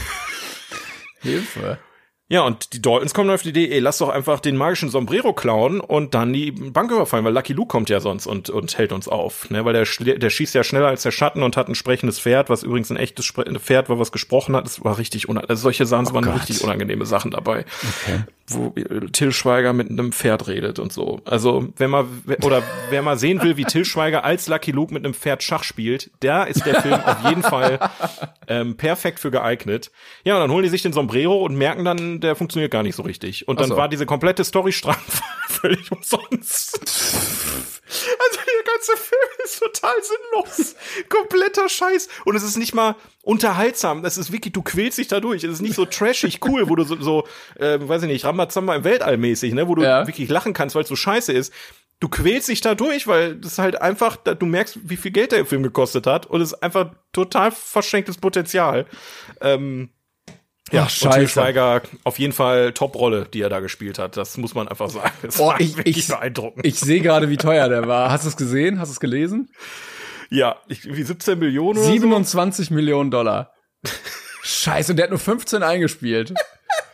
Hilfe. ja, und die Daltons kommen auf die Idee, ey, lass doch einfach den magischen Sombrero klauen und dann die Bank überfallen, weil Lucky Luke kommt ja sonst und und hält uns auf, ne, weil der der schießt ja schneller als der Schatten und hat ein sprechendes Pferd, was übrigens ein echtes Spre- Pferd war, was gesprochen hat. Das war richtig unangenehm. Also solche Sachen, Oh waren Gott. richtig unangenehme Sachen dabei. Okay. Wo Til Schweiger mit einem Pferd redet und so. Also, wenn man, oder wer mal sehen will, wie Til Schweiger als Lucky Luke mit einem Pferd Schach spielt, da ist der Film auf jeden Fall ähm, perfekt für geeignet. Ja, und dann holen die sich den Sombrero und merken dann, der funktioniert gar nicht so richtig. Und dann Ach so. war diese komplette Storystrang völlig umsonst. Also der ganze Film ist total sinnlos. Kompletter Scheiß. Und es ist nicht mal unterhaltsam. Das ist wirklich, du quälst dich da durch. Es ist nicht so trashig cool, wo du so, so äh, weiß ich nicht, Rambazamba im Weltall mäßig, ne, wo du Ja. wirklich lachen kannst, weil es so scheiße ist. Du quälst dich da durch, weil das halt einfach, du merkst, wie viel Geld der Film gekostet hat, und es ist einfach total verschenktes Potenzial. Ähm, ja, Ach, und Til scheiße. Schweiger auf jeden Fall Top-Rolle, die er da gespielt hat. Das muss man einfach sagen. Das Boah, war ich, wirklich ich, beeindruckend. ich sehe gerade, wie teuer der war. Hast du es gesehen? Hast du es gelesen? Ja, ich, wie siebzehn Millionen oder siebenundzwanzig Millionen Dollar. Scheiße, und der hat nur fünfzehn eingespielt. so?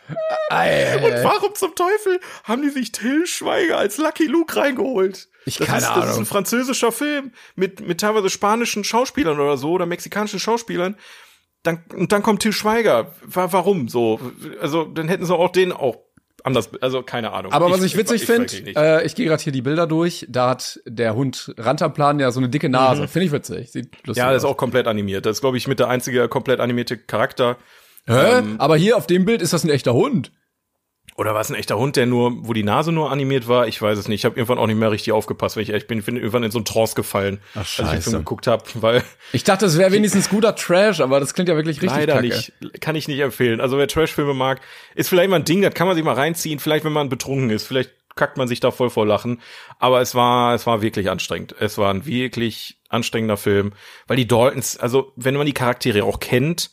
Und warum zum Teufel haben die sich Til Schweiger als Lucky Luke reingeholt? Ich das keine ist, Ahnung. Das ist ein französischer Film mit, mit teilweise spanischen Schauspielern oder so, oder mexikanischen Schauspielern. Dann, und dann kommt Til Schweiger. Wa- Warum so? Also, dann hätten sie auch den auch anders, also keine Ahnung. Aber was ich witzig finde, wirklich nicht. äh, ich gehe gerade hier die Bilder durch, da hat der Hund Rantanplan ja so eine dicke Nase. Finde ich witzig. Sieht lustig Ja, das ist aus. auch komplett animiert. Das ist, glaube ich, mit der einzige komplett animierte Charakter. Hä? Aber hier auf dem Bild ist das ein echter Hund. Oder war es ein echter Hund, der nur, wo die Nase nur animiert war? Ich weiß es nicht. Ich habe irgendwann auch nicht mehr richtig aufgepasst, weil ich ehrlich bin. Ich bin irgendwann in so einen Trance gefallen, Ach, als ich den scheiße. Film geguckt habe, weil Ich dachte, es wäre wenigstens guter Trash, aber das klingt ja wirklich richtig leider kacke. nicht, kann ich nicht empfehlen. Also wer Trashfilme mag, ist vielleicht mal ein Ding, das kann man sich mal reinziehen. Vielleicht, wenn man betrunken ist, vielleicht kackt man sich da voll vor Lachen. Aber es war, es war wirklich anstrengend. Es war ein wirklich anstrengender Film, weil die Daltons, also wenn man die Charaktere auch kennt,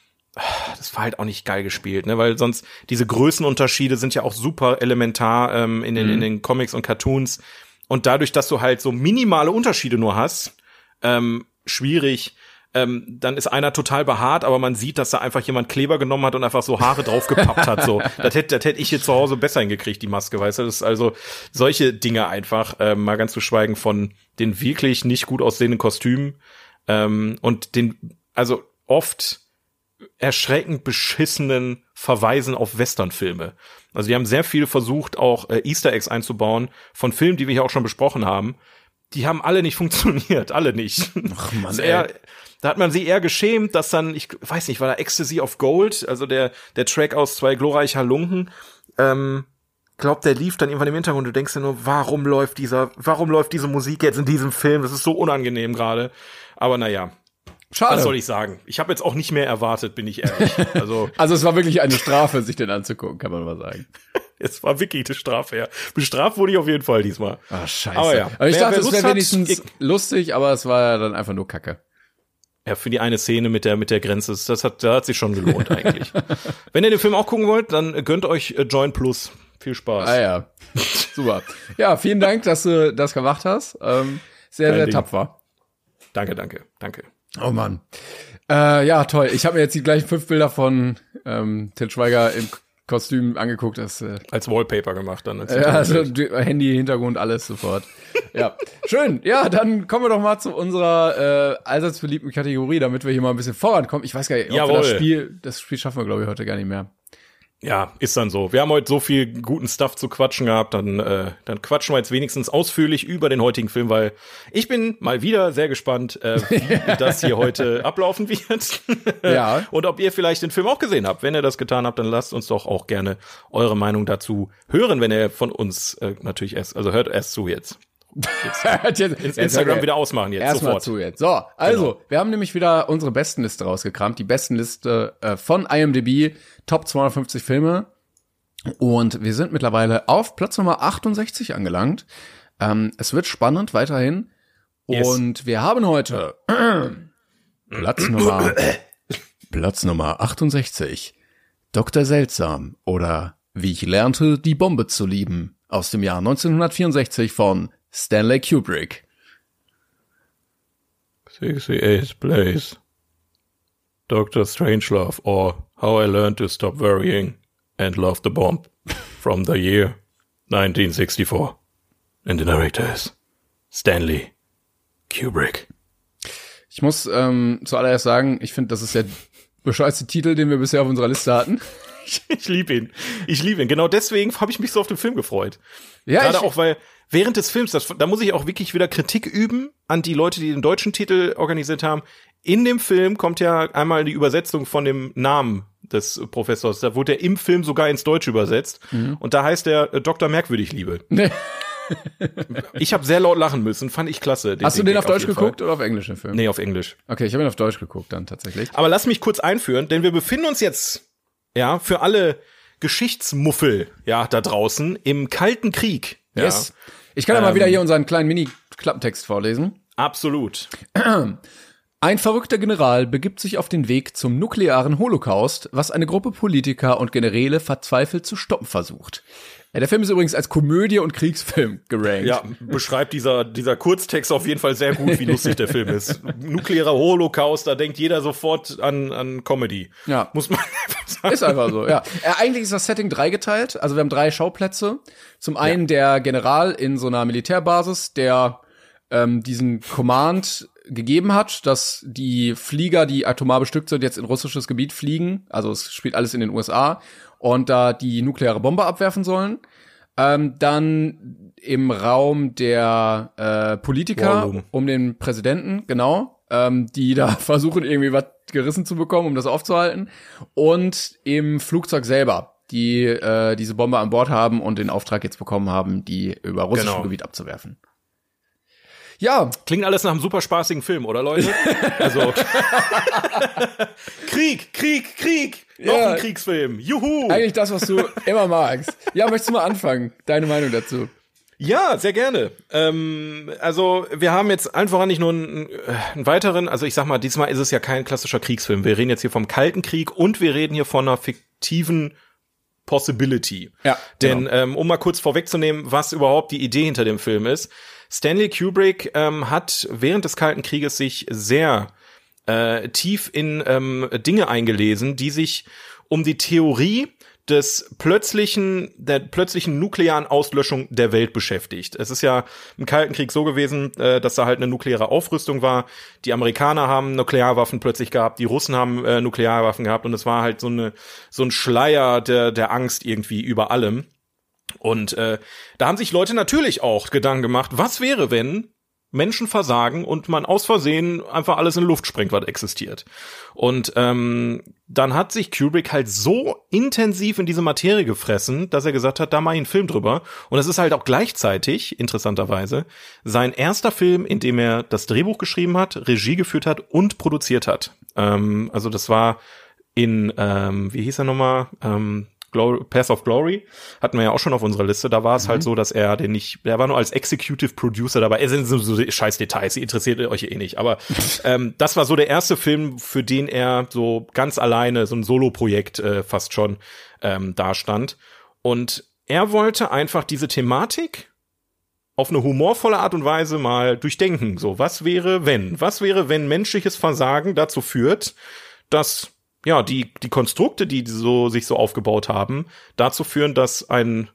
das war halt auch nicht geil gespielt, ne, weil sonst diese Größenunterschiede sind ja auch super elementar ähm, in den Mhm. in den Comics und Cartoons, und dadurch, dass du halt so minimale Unterschiede nur hast, ähm, schwierig. Ähm, dann ist einer total behaart, aber man sieht, dass da einfach jemand Kleber genommen hat und einfach so Haare draufgepappt hat. So, das hätte, das hätte ich hier zu Hause besser hingekriegt, die Maske, weißt du? Das ist also solche Dinge einfach, ähm, mal ganz zu schweigen von den wirklich nicht gut aussehenden Kostümen ähm, und den, also oft erschreckend beschissenen Verweisen auf Westernfilme. Also die haben sehr viel versucht, auch äh, Easter Eggs einzubauen von Filmen, die wir hier auch schon besprochen haben. Die haben alle nicht funktioniert, alle nicht. Ach Mann, Das ist ey. eher, da hat man sie eher geschämt, dass dann, ich weiß nicht, war da Ecstasy of Gold, also der der Track aus Zwei glorreicher Lunken, ähm, glaubt, der lief dann irgendwann im Hintergrund. Du denkst dir nur, warum läuft dieser, warum läuft diese Musik jetzt in diesem Film? Das ist so unangenehm gerade. Aber naja, Schade. was soll ich sagen? Ich habe jetzt auch nicht mehr erwartet, bin ich ehrlich. Also Also es war wirklich eine Strafe, sich den anzugucken, kann man mal sagen. es war wirklich eine Strafe, ja. Bestraft wurde ich auf jeden Fall diesmal. Ah, scheiße. Aber ja. Aber ich Wer- dachte, wer es Lust wäre hat, wenigstens ich- lustig, aber es war ja dann einfach nur Kacke. Ja, für die eine Szene mit der mit der Grenze, das hat, da hat sich schon gelohnt eigentlich. Wenn ihr den Film auch gucken wollt, dann gönnt euch äh, Join Plus. Viel Spaß. Ah ja, super. Ja, vielen Dank, dass du das gemacht hast. Ähm, sehr, Kein sehr Ding. tapfer. Danke, danke, danke. Oh Mann. Äh, ja, toll. Ich habe mir jetzt die gleichen fünf Bilder von ähm, Til Schweiger im Kostüm angeguckt. Das, äh, Als Wallpaper gemacht dann. Als ja, also die- Handy, Hintergrund, alles sofort. Ja, schön. Ja, dann kommen wir doch mal zu unserer äh, allseits beliebten Kategorie, damit wir hier mal ein bisschen vorankommen. Ich weiß gar nicht, ob wir Jawohl. das Spiel, das Spiel schaffen wir, glaube ich, heute gar nicht mehr. Ja, ist dann so. Wir haben heute so viel guten Stuff zu quatschen gehabt, dann äh, dann quatschen wir jetzt wenigstens ausführlich über den heutigen Film, weil ich bin mal wieder sehr gespannt, äh, wie das hier heute ablaufen wird. Ja. Und ob ihr vielleicht den Film auch gesehen habt. Wenn ihr das getan habt, dann lasst uns doch auch gerne eure Meinung dazu hören, wenn ihr von uns äh, natürlich erst, also hört erst zu jetzt. jetzt, jetzt Instagram wieder ausmachen jetzt Erst sofort. Mal zu jetzt. So, also, Genau. wir haben nämlich wieder unsere Bestenliste rausgekramt, die Bestenliste äh, von I M D B, Top zweihundertfünfzig Filme. Und wir sind mittlerweile auf Platz Nummer achtundsechzig angelangt. Ähm, es wird spannend weiterhin. Yes. Und wir haben heute Platz Nummer Platz Nummer achtundsechzig. Doktor Seltsam oder Wie ich lernte, die Bombe zu lieben aus dem Jahr neunzehnhundertvierundsechzig von Stanley Kubrick. sixty-eighth place. Doctor Strangelove or How I Learned to Stop Worrying and Love the Bomb from the year nineteen sixty-four. And the narrator is Stanley Kubrick. Ich muss ähm, zuallererst sagen, ich finde, das ist der bescheuerste Titel, den wir bisher auf unserer Liste hatten. Ich liebe ihn. Ich liebe ihn. Genau deswegen habe ich mich so auf den Film gefreut. Ja, Gerade ich, auch, weil während des Films, das, da muss ich auch wirklich wieder Kritik üben an die Leute, die den deutschen Titel organisiert haben. In dem Film kommt ja einmal die Übersetzung von dem Namen des Professors. Da wurde er im Film sogar ins Deutsche übersetzt. Mhm. Und da heißt er äh, Doktor Merkwürdigliebe. Nee. Ich habe sehr laut lachen müssen, fand ich klasse. Hast du den auf Deutsch jeden geguckt Fall. oder auf Englisch, den Film? Nee, auf Englisch. Okay, ich habe ihn auf Deutsch geguckt dann tatsächlich. Aber lass mich kurz einführen, denn wir befinden uns jetzt, ja, für alle Geschichtsmuffel, ja, da draußen im Kalten Krieg. Yes. Ja. Ich kann ja Ähm, mal wieder hier unseren kleinen Mini-Klappentext vorlesen. Absolut. Ein verrückter General begibt sich auf den Weg zum nuklearen Holocaust, was eine Gruppe Politiker und Generäle verzweifelt zu stoppen versucht. Ja, der Film ist übrigens als Komödie und Kriegsfilm gerankt. Ja, beschreibt dieser, dieser Kurztext auf jeden Fall sehr gut, wie lustig der Film ist. Nuklearer Holocaust, da denkt jeder sofort an, an Comedy. Ja. Muss man einfach sagen. Ist einfach so, ja. Äh, eigentlich ist das Setting dreigeteilt. Also wir haben drei Schauplätze. Zum einen ja. der General in so einer Militärbasis, der ähm, diesen Command gegeben hat, dass die Flieger, die atomar bestückt sind, jetzt in russisches Gebiet fliegen. Also es spielt alles in den U S A. Und da die nukleare Bombe abwerfen sollen. Ähm, dann im Raum der äh, Politiker um den Präsidenten, genau, ähm, die da versuchen, irgendwie was gerissen zu bekommen, um das aufzuhalten. Und im Flugzeug selber, die äh, diese Bombe an Bord haben und den Auftrag jetzt bekommen haben, die über russischem Genau. Gebiet abzuwerfen. Ja. Klingt alles nach einem super spaßigen Film, oder Leute? Also Krieg, Krieg, Krieg! Noch Ja. ein Kriegsfilm. Juhu! Eigentlich das, was du immer magst. Ja, möchtest du mal anfangen? Deine Meinung dazu? Ja, sehr gerne. Ähm, also wir haben jetzt einfach nicht nur einen, einen weiteren, also ich sag mal, diesmal ist es ja kein klassischer Kriegsfilm. Wir reden jetzt hier vom Kalten Krieg und wir reden hier von einer fiktiven Possibility. Ja, Denn genau. ähm, um mal kurz vorwegzunehmen, was überhaupt die Idee hinter dem Film ist. Stanley Kubrick ähm, hat während des Kalten Krieges sich sehr äh, tief in ähm, Dinge eingelesen, die sich um die Theorie des plötzlichen, der plötzlichen nuklearen Auslöschung der Welt beschäftigt. Es ist ja im Kalten Krieg so gewesen, äh, dass da halt eine nukleare Aufrüstung war. Die Amerikaner haben Nuklearwaffen plötzlich gehabt, die Russen haben äh, Nuklearwaffen gehabt und es war halt so eine so ein Schleier der der Angst irgendwie über allem. Und äh, da haben sich Leute natürlich auch Gedanken gemacht, was wäre, wenn Menschen versagen und man aus Versehen einfach alles in die Luft sprengt, was existiert. Und ähm, dann hat sich Kubrick halt so intensiv in diese Materie gefressen, dass er gesagt hat, da mach ich einen Film drüber. Und es ist halt auch gleichzeitig, interessanterweise, sein erster Film, in dem er das Drehbuch geschrieben hat, Regie geführt hat und produziert hat. Ähm, also das war in, ähm, wie hieß er nochmal, ähm, Glory, Path of Glory, hatten wir ja auch schon auf unserer Liste, da war es mhm. halt so, dass er den nicht, der war nur als Executive Producer dabei, es sind so, so scheiß Details, die interessiert euch eh nicht, aber ähm, das war so der erste Film, für den er so ganz alleine, so ein Solo-Projekt äh, fast schon ähm, dastand und er wollte einfach diese Thematik auf eine humorvolle Art und Weise mal durchdenken, so, was wäre, wenn, was wäre, wenn menschliches Versagen dazu führt, dass ja, die, die Konstrukte, die so, sich so aufgebaut haben, dazu führen, dass ein,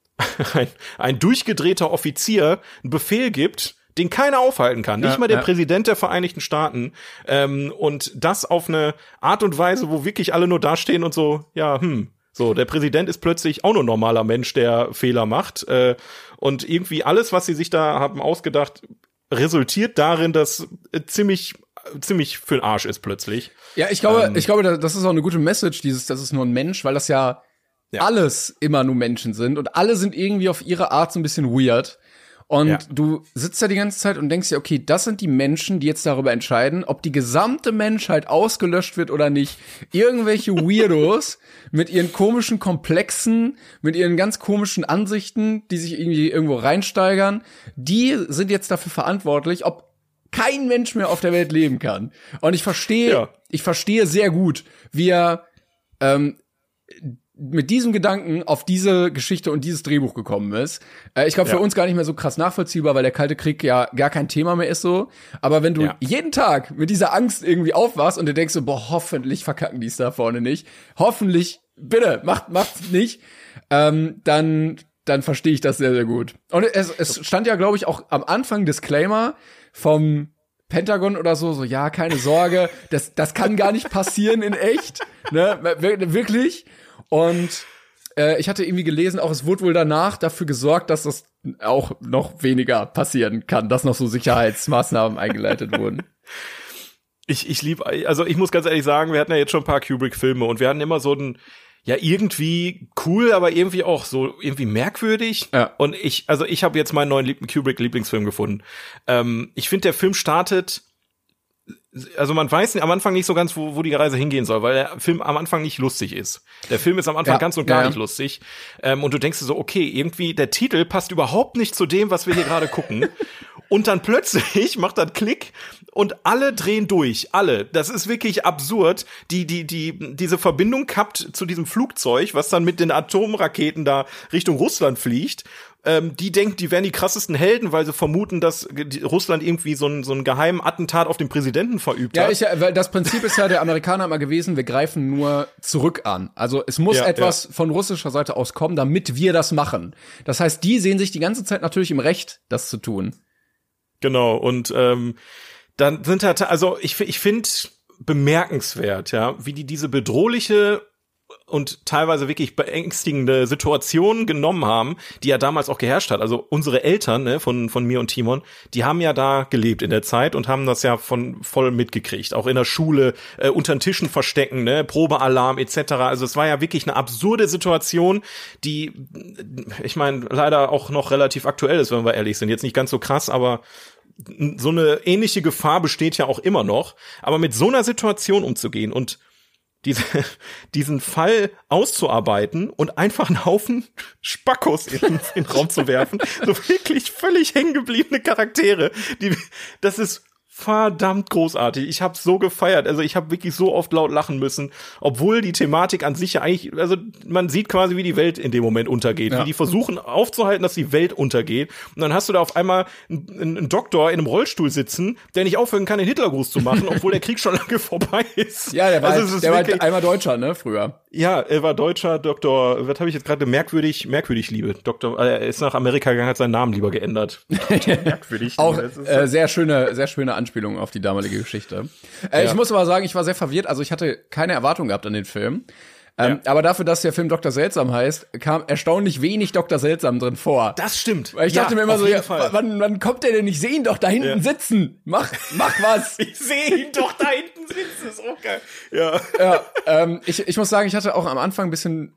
ein, ein durchgedrehter Offizier einen Befehl gibt, den keiner aufhalten kann. Nicht ja, mal der ja. Präsident der Vereinigten Staaten. Ähm, und das auf eine Art und Weise, wo wirklich alle nur dastehen und so, ja, hm, So, der Präsident ist plötzlich auch nur ein normaler Mensch, der Fehler macht. Äh, und irgendwie alles, was sie sich da haben ausgedacht, resultiert darin, dass äh, ziemlich ziemlich für den Arsch ist plötzlich. Ja, ich glaube, ähm, ich glaube, das ist auch eine gute Message, dieses, das ist nur ein Mensch, weil das ja, ja alles immer nur Menschen sind und alle sind irgendwie auf ihre Art so ein bisschen weird. Und ja. du sitzt da die ganze Zeit und denkst dir, okay, das sind die Menschen, die jetzt darüber entscheiden, ob die gesamte Menschheit ausgelöscht wird oder nicht. Irgendwelche Weirdos mit ihren komischen Komplexen, mit ihren ganz komischen Ansichten, die sich irgendwie irgendwo reinsteigern, die sind jetzt dafür verantwortlich, ob kein Mensch mehr auf der Welt leben kann. Und ich verstehe, ja. ich verstehe sehr gut, wie er ähm, mit diesem Gedanken auf diese Geschichte und dieses Drehbuch gekommen ist. Äh, ich glaube, für ja. uns gar nicht mehr so krass nachvollziehbar, weil der Kalte Krieg ja gar kein Thema mehr ist so. Aber wenn du ja. jeden Tag mit dieser Angst irgendwie aufwachst und du denkst so, boah, hoffentlich verkacken die es da vorne nicht. Hoffentlich, bitte, macht, macht's nicht. Ähm, dann, dann verstehe ich das sehr, sehr gut. Und es, es stand ja, glaube ich, auch am Anfang Disclaimer vom Pentagon oder so, so, ja, keine Sorge, das, das kann gar nicht passieren in echt, ne, wirklich. Und äh, ich hatte irgendwie gelesen, auch es wurde wohl danach dafür gesorgt, dass das auch noch weniger passieren kann, dass noch so Sicherheitsmaßnahmen eingeleitet wurden. Ich, ich lieb, also ich muss ganz ehrlich sagen, wir hatten ja jetzt schon ein paar Kubrick-Filme und wir hatten immer so ein, ja, irgendwie cool, aber irgendwie auch so irgendwie merkwürdig. Ja. Und ich, also ich habe jetzt meinen neuen Lieb- Kubrick-Lieblingsfilm gefunden. Ähm, ich finde, der Film startet, also man weiß am Anfang nicht so ganz, wo, wo die Reise hingehen soll, weil der Film am Anfang nicht lustig ist. Der Film ist am Anfang ja, ganz und gar ja. nicht lustig. Ähm, und du denkst dir so, okay, irgendwie der Titel passt überhaupt nicht zu dem, was wir hier gerade gucken. Und dann plötzlich macht das Klick und alle drehen durch. Alle. Das ist wirklich absurd. Die, die, die, diese Verbindung kappt zu diesem Flugzeug, was dann mit den Atomraketen da Richtung Russland fliegt. Ähm, die denken, die wären die krassesten Helden, weil sie vermuten, dass die, Russland irgendwie so ein so ein geheimen Attentat auf den Präsidenten verübt ja, hat. Ich, weil das Prinzip ist ja der Amerikaner immer gewesen, wir greifen nur zurück an. Also es muss ja, etwas ja. von russischer Seite aus kommen, damit wir das machen. Das heißt, die sehen sich die ganze Zeit natürlich im Recht, das zu tun. Genau, und ähm, dann sind da, also ich, ich finde bemerkenswert, ja, wie die diese bedrohliche und teilweise wirklich beängstigende Situation genommen haben, die ja damals auch geherrscht hat. Also unsere Eltern, ne, von von mir und Timon, die haben ja da gelebt in der Zeit und haben das ja von voll mitgekriegt. Auch in der Schule, äh, unter den Tischen verstecken, ne, Probealarm et cetera. Also es war ja wirklich eine absurde Situation, die, ich meine, leider auch noch relativ aktuell ist, wenn wir ehrlich sind. Jetzt nicht ganz so krass, aber so eine ähnliche Gefahr besteht ja auch immer noch. Aber mit so einer Situation umzugehen und diese, diesen Fall auszuarbeiten und einfach einen Haufen Spackos in, in den Raum zu werfen. So wirklich völlig hängengebliebene Charaktere. Die, das ist verdammt großartig. Ich habe so gefeiert. Also ich habe wirklich so oft laut lachen müssen, obwohl die Thematik an sich ja eigentlich, also man sieht quasi, wie die Welt in dem Moment untergeht. Ja. Wie die versuchen aufzuhalten, dass die Welt untergeht. Und dann hast du da auf einmal einen, einen Doktor in einem Rollstuhl sitzen, der nicht aufhören kann, den Hitlergruß zu machen, obwohl der Krieg schon lange vorbei ist. Ja, der war, also halt, der war halt einmal Deutscher, ne, früher. Ja, er war Deutscher, Doktor, was habe ich jetzt gerade, merkwürdig, merkwürdig Liebe. Doktor, er ist nach Amerika gegangen, hat seinen Namen lieber geändert. Merkwürdig Auch äh, sehr schöne, sehr schöne Anspielung auf die damalige Geschichte. Äh, ja. Ich muss aber sagen, ich war sehr verwirrt, also ich hatte keine Erwartung gehabt an den Film. Ähm, ja. Aber dafür, dass der Film Doktor Seltsam heißt, kam erstaunlich wenig Doktor Seltsam drin vor. Das stimmt. Weil ich ja, dachte mir immer so, ja, Fall. wann, wann kommt der denn? Ich sehe ihn doch da hinten ja. sitzen. Mach, mach was. Ich sehe ihn doch da hinten sitzen. Ist auch geil. Ja. ja ähm, ich, ich muss sagen, ich hatte auch am Anfang ein bisschen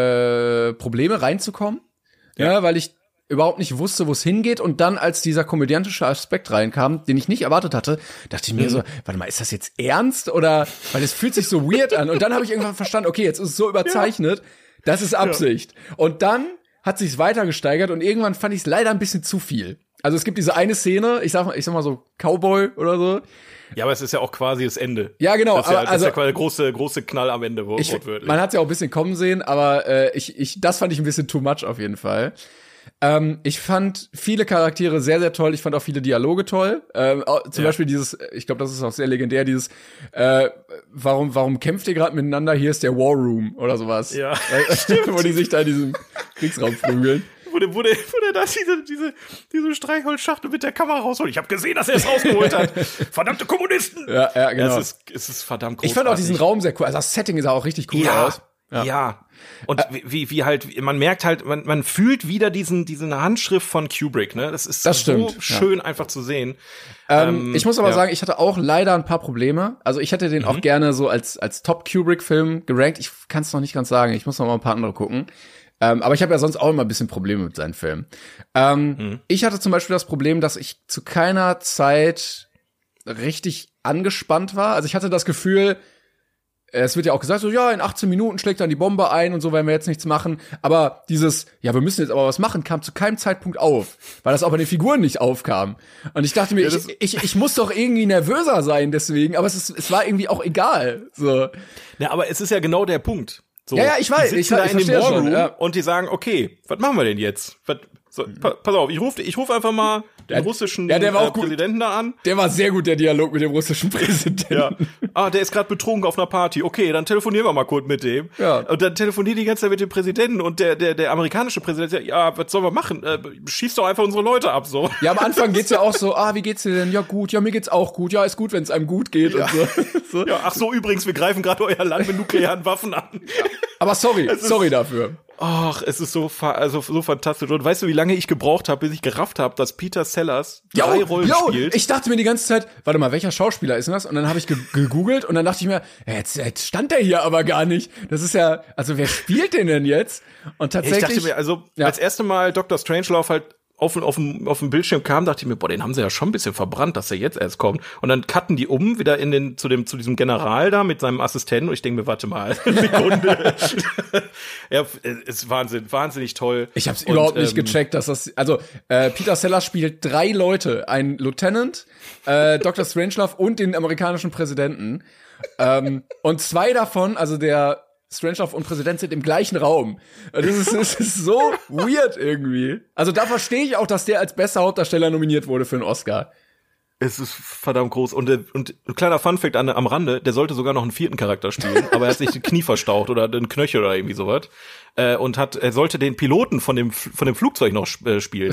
äh, Probleme reinzukommen. Ja. ja, weil ich überhaupt nicht wusste, wo es hingeht. Und dann, als dieser komödiantische Aspekt reinkam, den ich nicht erwartet hatte, dachte ich mir mhm. so, warte mal, ist das jetzt ernst? Oder, weil es fühlt sich so weird an. Und dann habe ich irgendwann verstanden, okay, jetzt ist es so überzeichnet, ja. das ist Absicht. Ja. Und dann hat sich's weiter gesteigert und irgendwann fand ich es leider ein bisschen zu viel. Also es gibt diese eine Szene, ich sag mal, ich sag mal so Cowboy oder so. Ja, aber es ist ja auch quasi das Ende. Ja, genau. Das ist ja, aber, das also, ist ja quasi der große, große Knall am Ende, wo ich, man hat es ja auch ein bisschen kommen sehen, aber äh, ich, ich, das fand ich ein bisschen too much auf jeden Fall. Ähm, ich fand viele Charaktere sehr, sehr toll. Ich fand auch viele Dialoge toll. Ähm, zum ja. Beispiel dieses, ich glaube, das ist auch sehr legendär, dieses, äh, warum, warum kämpft ihr gerade miteinander? Hier ist der War Room oder sowas. Ja, wo die sich da in diesem Kriegsraum prügeln. Wo der, wo der, wo der da diese, diese, diese Streichholzschachtel mit der Kamera rausholt. Ich habe gesehen, dass er es rausgeholt hat. Verdammte Kommunisten! Ja, ja, genau. Ja, es ist, es ist verdammt großartig. Ich fand auch diesen Raum sehr cool. Also das Setting sah auch richtig cool ja. aus. Ja. ja. Und äh, wie, wie halt, man merkt halt, man, man fühlt wieder diesen, diesen Handschrift von Kubrick, ne? Das ist das so stimmt, schön ja. einfach zu sehen. Ähm, ähm, ich muss aber ja. sagen, ich hatte auch leider ein paar Probleme. Also ich hätte den mhm. auch gerne so als, als Top-Kubrick-Film gerankt. Ich kann es noch nicht ganz sagen. Ich muss noch mal ein paar andere gucken. Ähm, aber ich habe ja sonst auch immer ein bisschen Probleme mit seinen Filmen. Ähm, mhm. Ich hatte zum Beispiel das Problem, dass ich zu keiner Zeit richtig angespannt war. Also ich hatte das Gefühl, es wird ja auch gesagt, so, ja, in achtzehn Minuten schlägt dann die Bombe ein und so, werden wir jetzt nichts machen. Aber dieses, ja, wir müssen jetzt aber was machen, kam zu keinem Zeitpunkt auf. Weil das auch bei den Figuren nicht aufkam. Und ich dachte mir, ja, ich, ich, ich muss doch irgendwie nervöser sein deswegen. Aber es, ist, es war irgendwie auch egal. So. Ja, aber es ist ja genau der Punkt. So, ja, ja, ich weiß. Die sitzen ich, da ich in dem War Room ja. und die sagen, okay, was machen wir denn jetzt? Was, so, pa- pass auf, ich rufe ich ruf einfach mal den ja, russischen ja, der war auch äh, Präsidenten da an. Der war sehr gut, der Dialog mit dem russischen Präsidenten. Ja. Ah, der ist gerade betrunken auf einer Party. Okay, dann telefonieren wir mal kurz mit dem. Ja. Und dann telefonieren die ganze Zeit mit dem Präsidenten und der der der amerikanische Präsident sagt, ja, was sollen wir machen? Äh, schieß doch einfach unsere Leute ab, so. Ja, am Anfang geht's ja auch so, ah, wie geht's dir denn? Ja, gut. Ja, mir geht's auch gut. Ja, ist gut, wenn es einem gut geht ja. und so. so. Ja, ach so, übrigens, wir greifen gerade euer Land mit nuklearen Waffen an. Ja. Aber sorry, sorry dafür. Ach, es ist so fa- also so fantastisch. Und weißt du, wie lange ich gebraucht habe, bis ich gerafft habe, dass Peter Sellers drei yo, Rollen yo, spielt? Ich dachte mir die ganze Zeit, warte mal, welcher Schauspieler ist denn das? Und dann habe ich ge- gegoogelt und dann dachte ich mir, ja, jetzt, jetzt stand der hier aber gar nicht. Das ist ja, also wer spielt den denn jetzt? Und tatsächlich. Ich dachte mir, also ja. als erste Mal Doktor Strangelove halt auf, auf, dem, auf dem Bildschirm kam, dachte ich mir, boah, den haben sie ja schon ein bisschen verbrannt, dass er jetzt erst kommt. Und dann cutten die um, wieder in den, zu dem, zu diesem General da mit seinem Assistenten. Und ich denke mir, warte mal, eine Sekunde. Ja, ist Wahnsinn, wahnsinnig toll. Ich hab's und, überhaupt nicht ähm, gecheckt, dass das, also, äh, Peter Sellers spielt drei Leute. Ein Lieutenant, äh, Doktor Strangelove und den amerikanischen Präsidenten. ähm, und zwei davon, also der Strangelove und Präsident sind im gleichen Raum. Das ist, das ist so weird irgendwie. Also da verstehe ich auch, dass der als bester Hauptdarsteller nominiert wurde für einen Oscar. Es ist verdammt groß. Und, und ein kleiner Funfact an, am Rande, der sollte sogar noch einen vierten Charakter spielen, aber er hat sich den Knie verstaucht oder den Knöchel oder irgendwie sowas. Äh, und hat, er sollte den Piloten von dem von dem Flugzeug noch äh, spielen.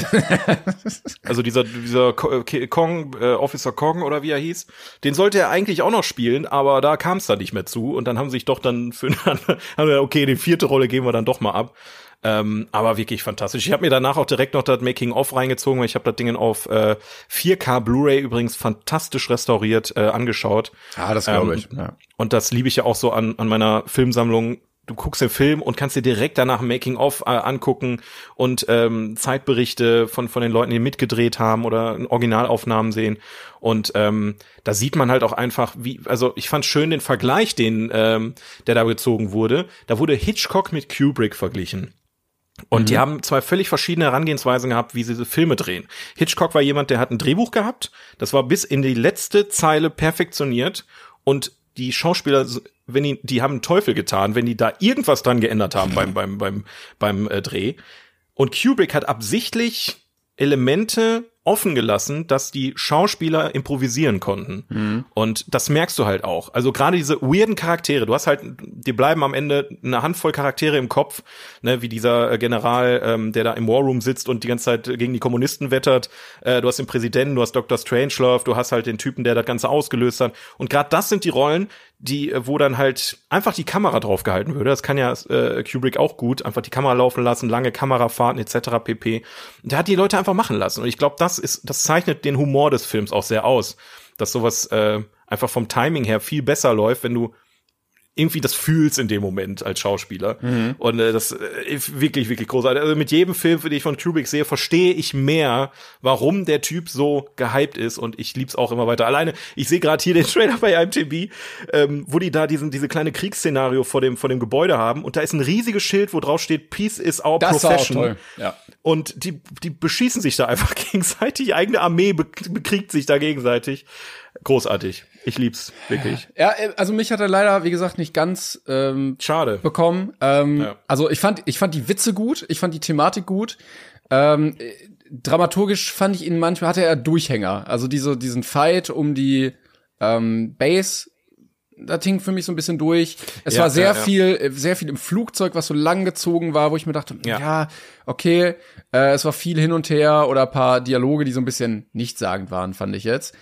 Also dieser dieser Kong, äh, Officer Kong oder wie er hieß, den sollte er eigentlich auch noch spielen, aber da kam es dann nicht mehr zu. Und dann haben sie sich doch dann für eine, okay, die vierte Rolle geben wir dann doch mal ab. Ähm, aber wirklich fantastisch. Ich habe mir danach auch direkt noch das Making-of reingezogen, weil ich habe das Ding auf äh, vier K Blu-ray übrigens fantastisch restauriert äh, angeschaut. Ah, das glaube ähm, ich. Ja. Und das liebe ich ja auch so an, an meiner Filmsammlung. Du guckst den Film und kannst dir direkt danach ein Making-of äh, angucken und ähm, Zeitberichte von von den Leuten, die mitgedreht haben oder Originalaufnahmen sehen. Und ähm, da sieht man halt auch einfach, wie, also ich fand schön den Vergleich, den ähm, der da gezogen wurde. Da wurde Hitchcock mit Kubrick verglichen. Und mhm. die haben zwei völlig verschiedene Herangehensweisen gehabt, wie sie diese Filme drehen. Hitchcock war jemand, der hat ein Drehbuch gehabt. Das war bis in die letzte Zeile perfektioniert. Und die Schauspieler, wenn die, die haben einen Teufel getan, wenn die da irgendwas dran geändert haben beim, beim, beim, beim äh, Dreh. Und Kubrick hat absichtlich Elemente offen gelassen, dass die Schauspieler improvisieren konnten. Mhm. Und das merkst du halt auch. Also gerade diese weirden Charaktere, du hast halt, dir bleiben am Ende eine Handvoll Charaktere im Kopf, ne, wie dieser General, ähm, der da im War Room sitzt und die ganze Zeit gegen die Kommunisten wettert. Äh, du hast den Präsidenten, du hast Doktor Strangelove, du hast halt den Typen, der das Ganze ausgelöst hat. Und gerade das sind die Rollen, die, wo dann halt einfach die Kamera drauf gehalten würde. Das kann ja äh, Kubrick auch gut. Einfach die Kamera laufen lassen, lange Kamerafahrten et cetera pp. Und der hat die Leute einfach machen lassen. Und ich glaube, das ist, das zeichnet den Humor des Films auch sehr aus. Dass sowas äh, einfach vom Timing her viel besser läuft, wenn du irgendwie das fühlst in dem Moment als Schauspieler. Mhm. Und äh, das ist wirklich, wirklich großartig. Also mit jedem Film, den ich von Kubrick sehe, verstehe ich mehr, warum der Typ so gehypt ist. Und ich lieb's auch immer weiter. Alleine, ich sehe gerade hier den Trailer bei I M D B, ähm, wo die da diesen diese kleine Kriegsszenario vor dem vor dem Gebäude haben. Und da ist ein riesiges Schild, wo drauf steht, Peace is our das profession. War auch toll. Ja. Und die die beschießen sich da einfach gegenseitig. Die eigene Armee be- bekriegt sich da gegenseitig. Großartig. Ich lieb's, wirklich. Ja, also mich hat er leider, wie gesagt, nicht ganz ähm, schade bekommen. Ähm, ja. Also ich fand, ich fand die Witze gut, ich fand die Thematik gut. Ähm, dramaturgisch fand ich ihn manchmal, hatte er Durchhänger. Also diese, diesen Fight um die ähm, Base, das hing für mich so ein bisschen durch. Es ja, war sehr ja, ja. viel, sehr viel im Flugzeug, was so lang gezogen war, wo ich mir dachte, ja, ja okay, äh, es war viel hin und her oder ein paar Dialoge, die so ein bisschen nichtssagend waren, fand ich jetzt.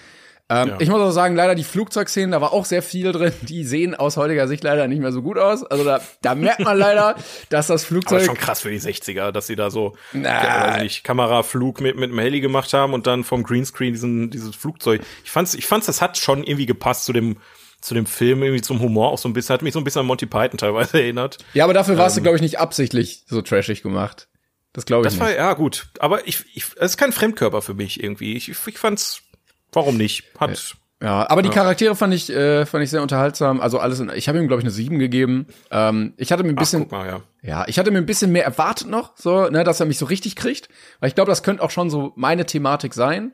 Ähm, Ja. Ich muss auch sagen, leider die Flugzeugszenen, da war auch sehr viel drin, die sehen aus heutiger Sicht leider nicht mehr so gut aus. Also da, da merkt man leider, dass das Flugzeug... Aber schon krass für die sechziger, dass sie da so Na. weiß nicht, Kameraflug mit mit dem Heli gemacht haben und dann vom Greenscreen diesen dieses Flugzeug. Ich fand's, ich fand's, das hat schon irgendwie gepasst zu dem zu dem Film, irgendwie zum Humor auch so ein bisschen, hat mich so ein bisschen an Monty Python teilweise erinnert. Ja, aber dafür warst Ähm. du, glaube ich, nicht absichtlich so trashig gemacht. Das glaube ich Das nicht. war, ja gut, aber ich, ich, es ist kein Fremdkörper für mich irgendwie. Ich, ich fand's, warum nicht? Hat, Ja, aber die Charaktere fand ich äh, fand ich sehr unterhaltsam. Also alles in, ich habe ihm glaube ich eine sieben gegeben. Ähm, ich hatte mir ein ach, bisschen guck mal, ja. ja, ich hatte mir ein bisschen mehr erwartet noch, so, ne, dass er mich so richtig kriegt, weil ich glaube, das könnte auch schon so meine Thematik sein.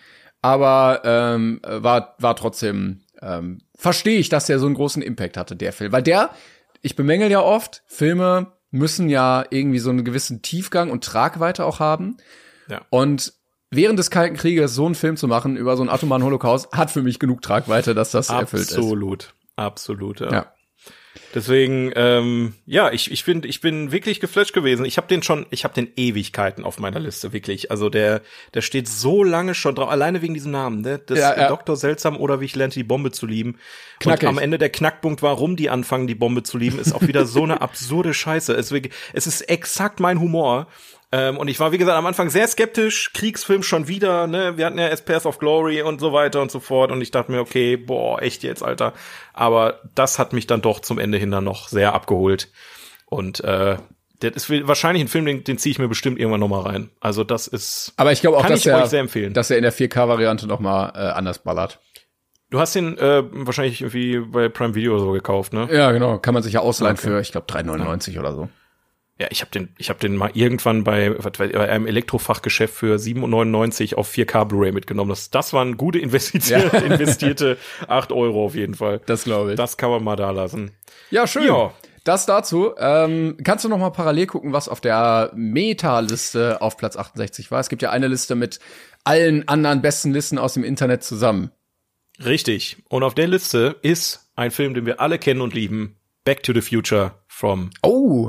Aber ähm, war war trotzdem ähm, verstehe ich, dass der so einen großen Impact hatte, der Film, weil der ich bemängel ja oft, Filme müssen ja irgendwie so einen gewissen Tiefgang und Tragweite auch haben. Ja. Und während des Kalten Krieges so einen Film zu machen über so einen atomaren Holocaust hat für mich genug Tragweite, dass das erfüllt ist. Absolut, absolut, ja. Ja. Deswegen, ähm, ja, ich ich bin ich bin wirklich geflasht gewesen. Ich habe den schon, ich habe den Ewigkeiten auf meiner Liste, wirklich. Also der der steht so lange schon drauf, alleine wegen diesem Namen, ne? Das Ja, ja. Doktor Seltsam oder wie ich lernte die Bombe zu lieben. Knackig. Und am Ende der Knackpunkt, warum die anfangen, die Bombe zu lieben, ist auch wieder so eine absurde Scheiße. Es, ist wirklich, es ist exakt mein Humor. Ähm, und ich war, wie gesagt, am Anfang sehr skeptisch. Kriegsfilm schon wieder, ne? Wir hatten ja Spears of Glory und so weiter und so fort. Und ich dachte mir, okay, boah, echt jetzt, Alter. Aber das hat mich dann doch zum Ende hin dann noch sehr abgeholt. Und äh, das ist wahrscheinlich ein Film, den, den ziehe ich mir bestimmt irgendwann noch mal rein. Also das ist, Aber ich glaube auch, kann dass ich er euch sehr empfehlen. dass er in der vier K-Variante noch mal äh, anders ballert. Du hast den äh, wahrscheinlich irgendwie bei Prime Video oder so gekauft, ne? Ja, genau. Kann man sich ja ausleihen Okay. für, ich glaube, drei neunundneunzig oder so. Ja, ich habe den, ich habe den mal irgendwann bei, was, bei einem Elektrofachgeschäft für sieben neunundneunzig auf vier K Blu-ray mitgenommen. Das, das waren gute investierte, Ja. investierte acht Euro auf jeden Fall. Das glaube ich. Das kann man mal da lassen. Ja, schön. Ja. Das dazu. Ähm, kannst du noch mal parallel gucken, was auf der Meta-Liste auf Platz achtundsechzig war? Es gibt ja eine Liste mit allen anderen besten Listen aus dem Internet zusammen. Richtig. Und auf der Liste ist ein Film, den wir alle kennen und lieben. Back to the Future from Oh.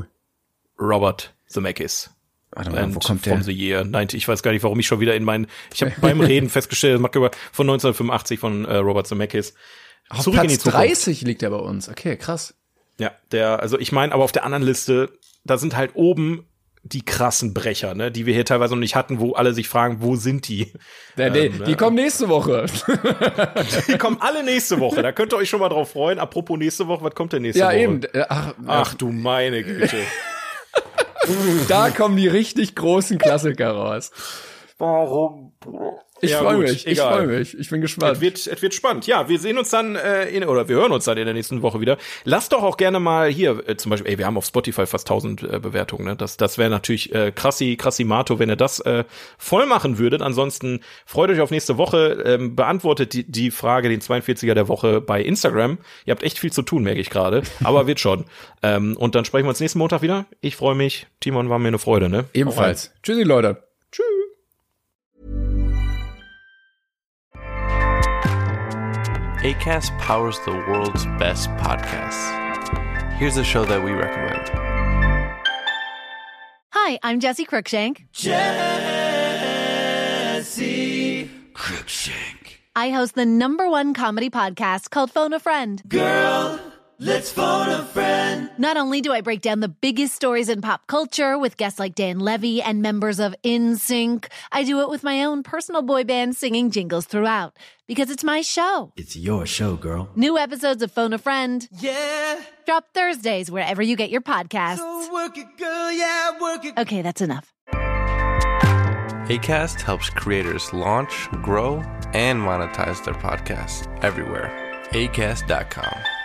Robert Zemeckis. Warte mal, wo And kommt from der? the year neunzig. Ich weiß gar nicht, warum ich schon wieder in meinen, ich habe beim Reden festgestellt, das macht über von neunzehnhundertfünfundachtzig von äh, Robert Zemeckis. Auf Zurück in die Platz Zukunft. dreißig liegt er bei uns. Okay, krass. Ja, der, also ich meine, aber auf der anderen Liste, da sind halt oben die krassen Brecher, ne, die wir hier teilweise noch nicht hatten, wo alle sich fragen, wo sind die? Der, der, Ähm, die ja. kommen nächste Woche. Die kommen alle nächste Woche, da könnt ihr euch schon mal drauf freuen. Apropos nächste Woche, was kommt denn nächste Ja, Woche? eben. Ach, Ach du meine Güte. da kommen die richtig großen Klassiker raus. Warum? Ich Ja, freue gut, mich, ich egal. freue mich. Ich bin gespannt. Es wird, es wird spannend. Ja, wir sehen uns dann äh, in, oder wir hören uns dann in der nächsten Woche wieder. Lasst doch auch gerne mal hier, äh, zum Beispiel, ey, wir haben auf Spotify fast tausend äh, Bewertungen, ne? Das, das wäre natürlich äh, krassi, krassimato, wenn ihr das äh, voll machen würdet. Ansonsten freut euch auf nächste Woche. Ähm, beantwortet die, die Frage, den zweiundvierziger der Woche bei Instagram. Ihr habt echt viel zu tun, merke ich gerade. Aber wird schon. Ähm, und dann sprechen wir uns nächsten Montag wieder. Ich freue mich. Timon, war mir eine Freude, ne? Ebenfalls. Tschüssi, Leute. Tschüss. Acast powers the world's best podcasts. Here's a show that we recommend. Hi, I'm Jesse Cruikshank. Jesse Cruikshank. I host the number one comedy podcast called Phone a Friend. Girl, let's phone a friend. Not only do I break down the biggest stories in pop culture with guests like Dan Levy and members of N Sync, I do it with my own personal boy band singing jingles throughout. Because it's my show. It's your show, girl. New episodes of Phone a Friend Yeah. drop Thursdays wherever you get your podcasts. So work it, girl. Yeah, work it. Okay, that's enough. Acast helps creators launch, grow, and monetize their podcasts everywhere. acast dot com.